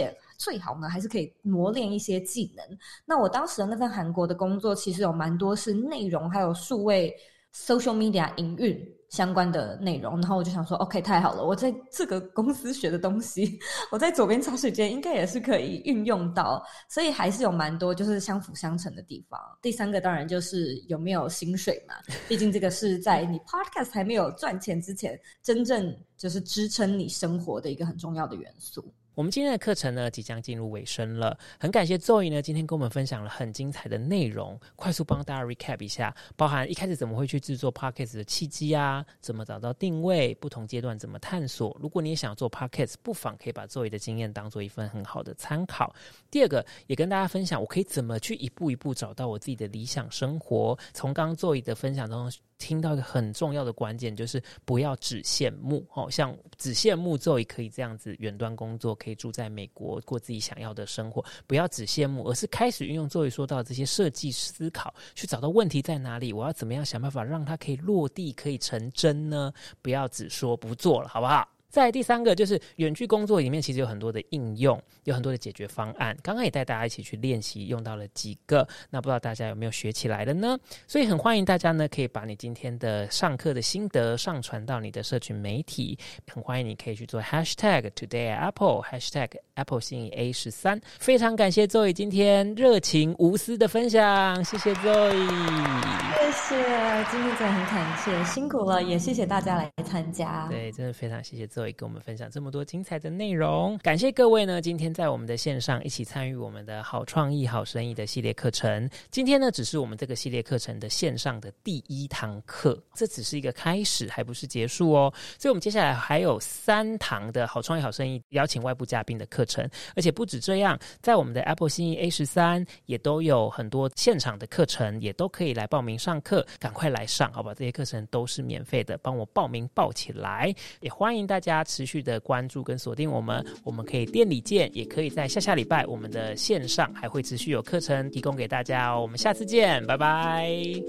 最好呢还是可以磨练一些技能。那我当时的那份韩国的工作其实有蛮多是内容还有数位 social media 营运相关的内容，然后我就想说 OK 太好了，我在这个公司学的东西我在左边茶水间应该也是可以运用到，所以还是有蛮多就是相辅相成的地方。第三个当然就是有没有薪水嘛，毕竟这个是在你 podcast 还没有赚钱之前真正就是支撑你生活的一个很重要的元素。 我们今天的课程呢即将进入尾声了，很感谢 Zoe 呢今天跟我们分享了很精彩的内容，快速帮大家 recap 一下，包含一开始怎么会去制作 podcast 的契机啊，怎么找到定位，不同阶段怎么探索。如果你也想做 podcast， 不妨可以把 Zoe 的经验当做一份很好的参考。第二个也跟大家分享我可以怎么去一步一步找到我自己的理想生活。从刚刚 Zoe 的分享中听到一个很重要的关键，就是不要只羡慕、哦、像只羡慕 Zoe 可以这样子远端工作，可以住在美国过自己想要的生活，不要只羡慕，而是开始运用 Zoe 说到的这些设计思考，去找到问题在哪里，我要怎么样想办法让它可以落地可以成真呢？不要只说不做了，好不好？再来第三个就是远距工作里面其实有很多的应用，有很多的解决方案，刚刚也带大家一起去练习，用到了几个，那不知道大家有没有学起来了呢？所以很欢迎大家呢可以把你今天的上课的心得上传到你的社群媒体，很欢迎你可以去做 hashtag today at apple hashtag apple 心意 A 十三。非常感谢 Zoe 今天热情无私的分享，谢谢 Zoe。 谢谢，今天真的很感谢，辛苦了，也谢谢大家来参加。 对，真的非常谢谢 Zoe跟我们分享这么多精彩的内容，感谢各位呢今天在我们的线上一起参与我们的好创意好生意的系列课程。今天呢只是我们这个系列课程的线上的第一堂课，这只是一个开始，还不是结束哦。所以我们接下来还有三堂的好创意好生意邀请外部嘉宾的课程，而且不止这样，在我们的 Apple 心意 A 十三 也都有很多现场的课程，也都可以来报名上课，赶快来上好吧，这些课程都是免费的，帮我报名报起来。也欢迎大家持续的关注跟锁定我们，我们可以店里见，也可以在下下礼拜我们的线上还会持续有课程提供给大家哦。我们下次见，拜拜。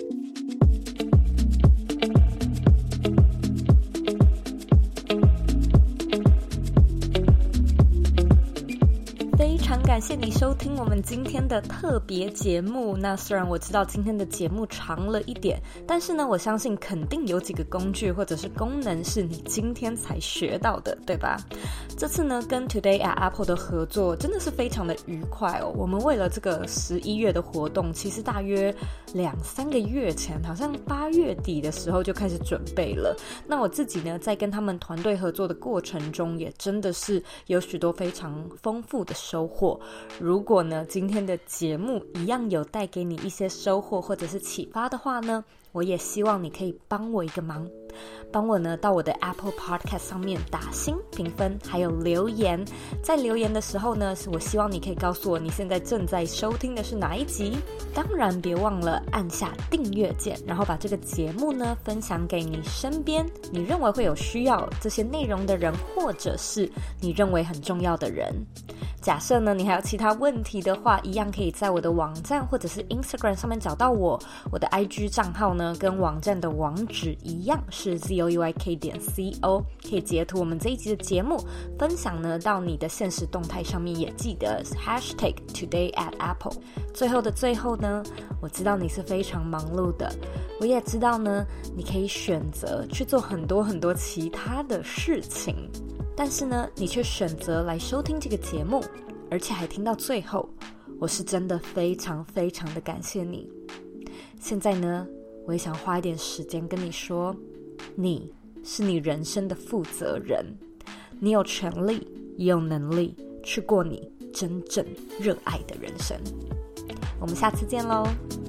非常感谢你收听我们今天的特别节目。那虽然我知道今天的节目长了一点，但是呢我相信肯定有几个工具或者是功能是你今天才学到的，对吧？这次呢跟 Today at Apple 的合作真的是非常的愉快哦。我们为了这个十一月的活动，其实大约两三个月前，好像八月底的时候就开始准备了。那我自己呢在跟他们团队合作的过程中，也真的是有许多非常丰富的收获。如果呢今天的节目一样有带给你一些收获或者是启发的话呢，我也希望你可以帮我一个忙，帮我呢到我的 Apple Podcast 上面打星评分还有留言。在留言的时候呢，我希望你可以告诉我你现在正在收听的是哪一集，当然别忘了按下订阅键，然后把这个节目呢分享给你身边你认为会有需要这些内容的人，或者是你认为很重要的人。假设呢你还有其他问题的话，一样可以在我的网站或者是 Instagram 上面找到我。我的 I G 账号呢跟网站的网址一样是 zoyk 点 co， 可以截图我们这一集的节目分享呢到你的限时动态上面，也记得 hashtag today at apple。 最后的最后呢，我知道你是非常忙碌的，我也知道呢你可以选择去做很多很多其他的事情，但是呢你却选择来收听这个节目，而且还听到最后，我是真的非常非常的感谢你。现在呢我也想花一点时间跟你说，你是你人生的负责人，你有权利也有能力去过你真正热爱的人生。我们下次见咯。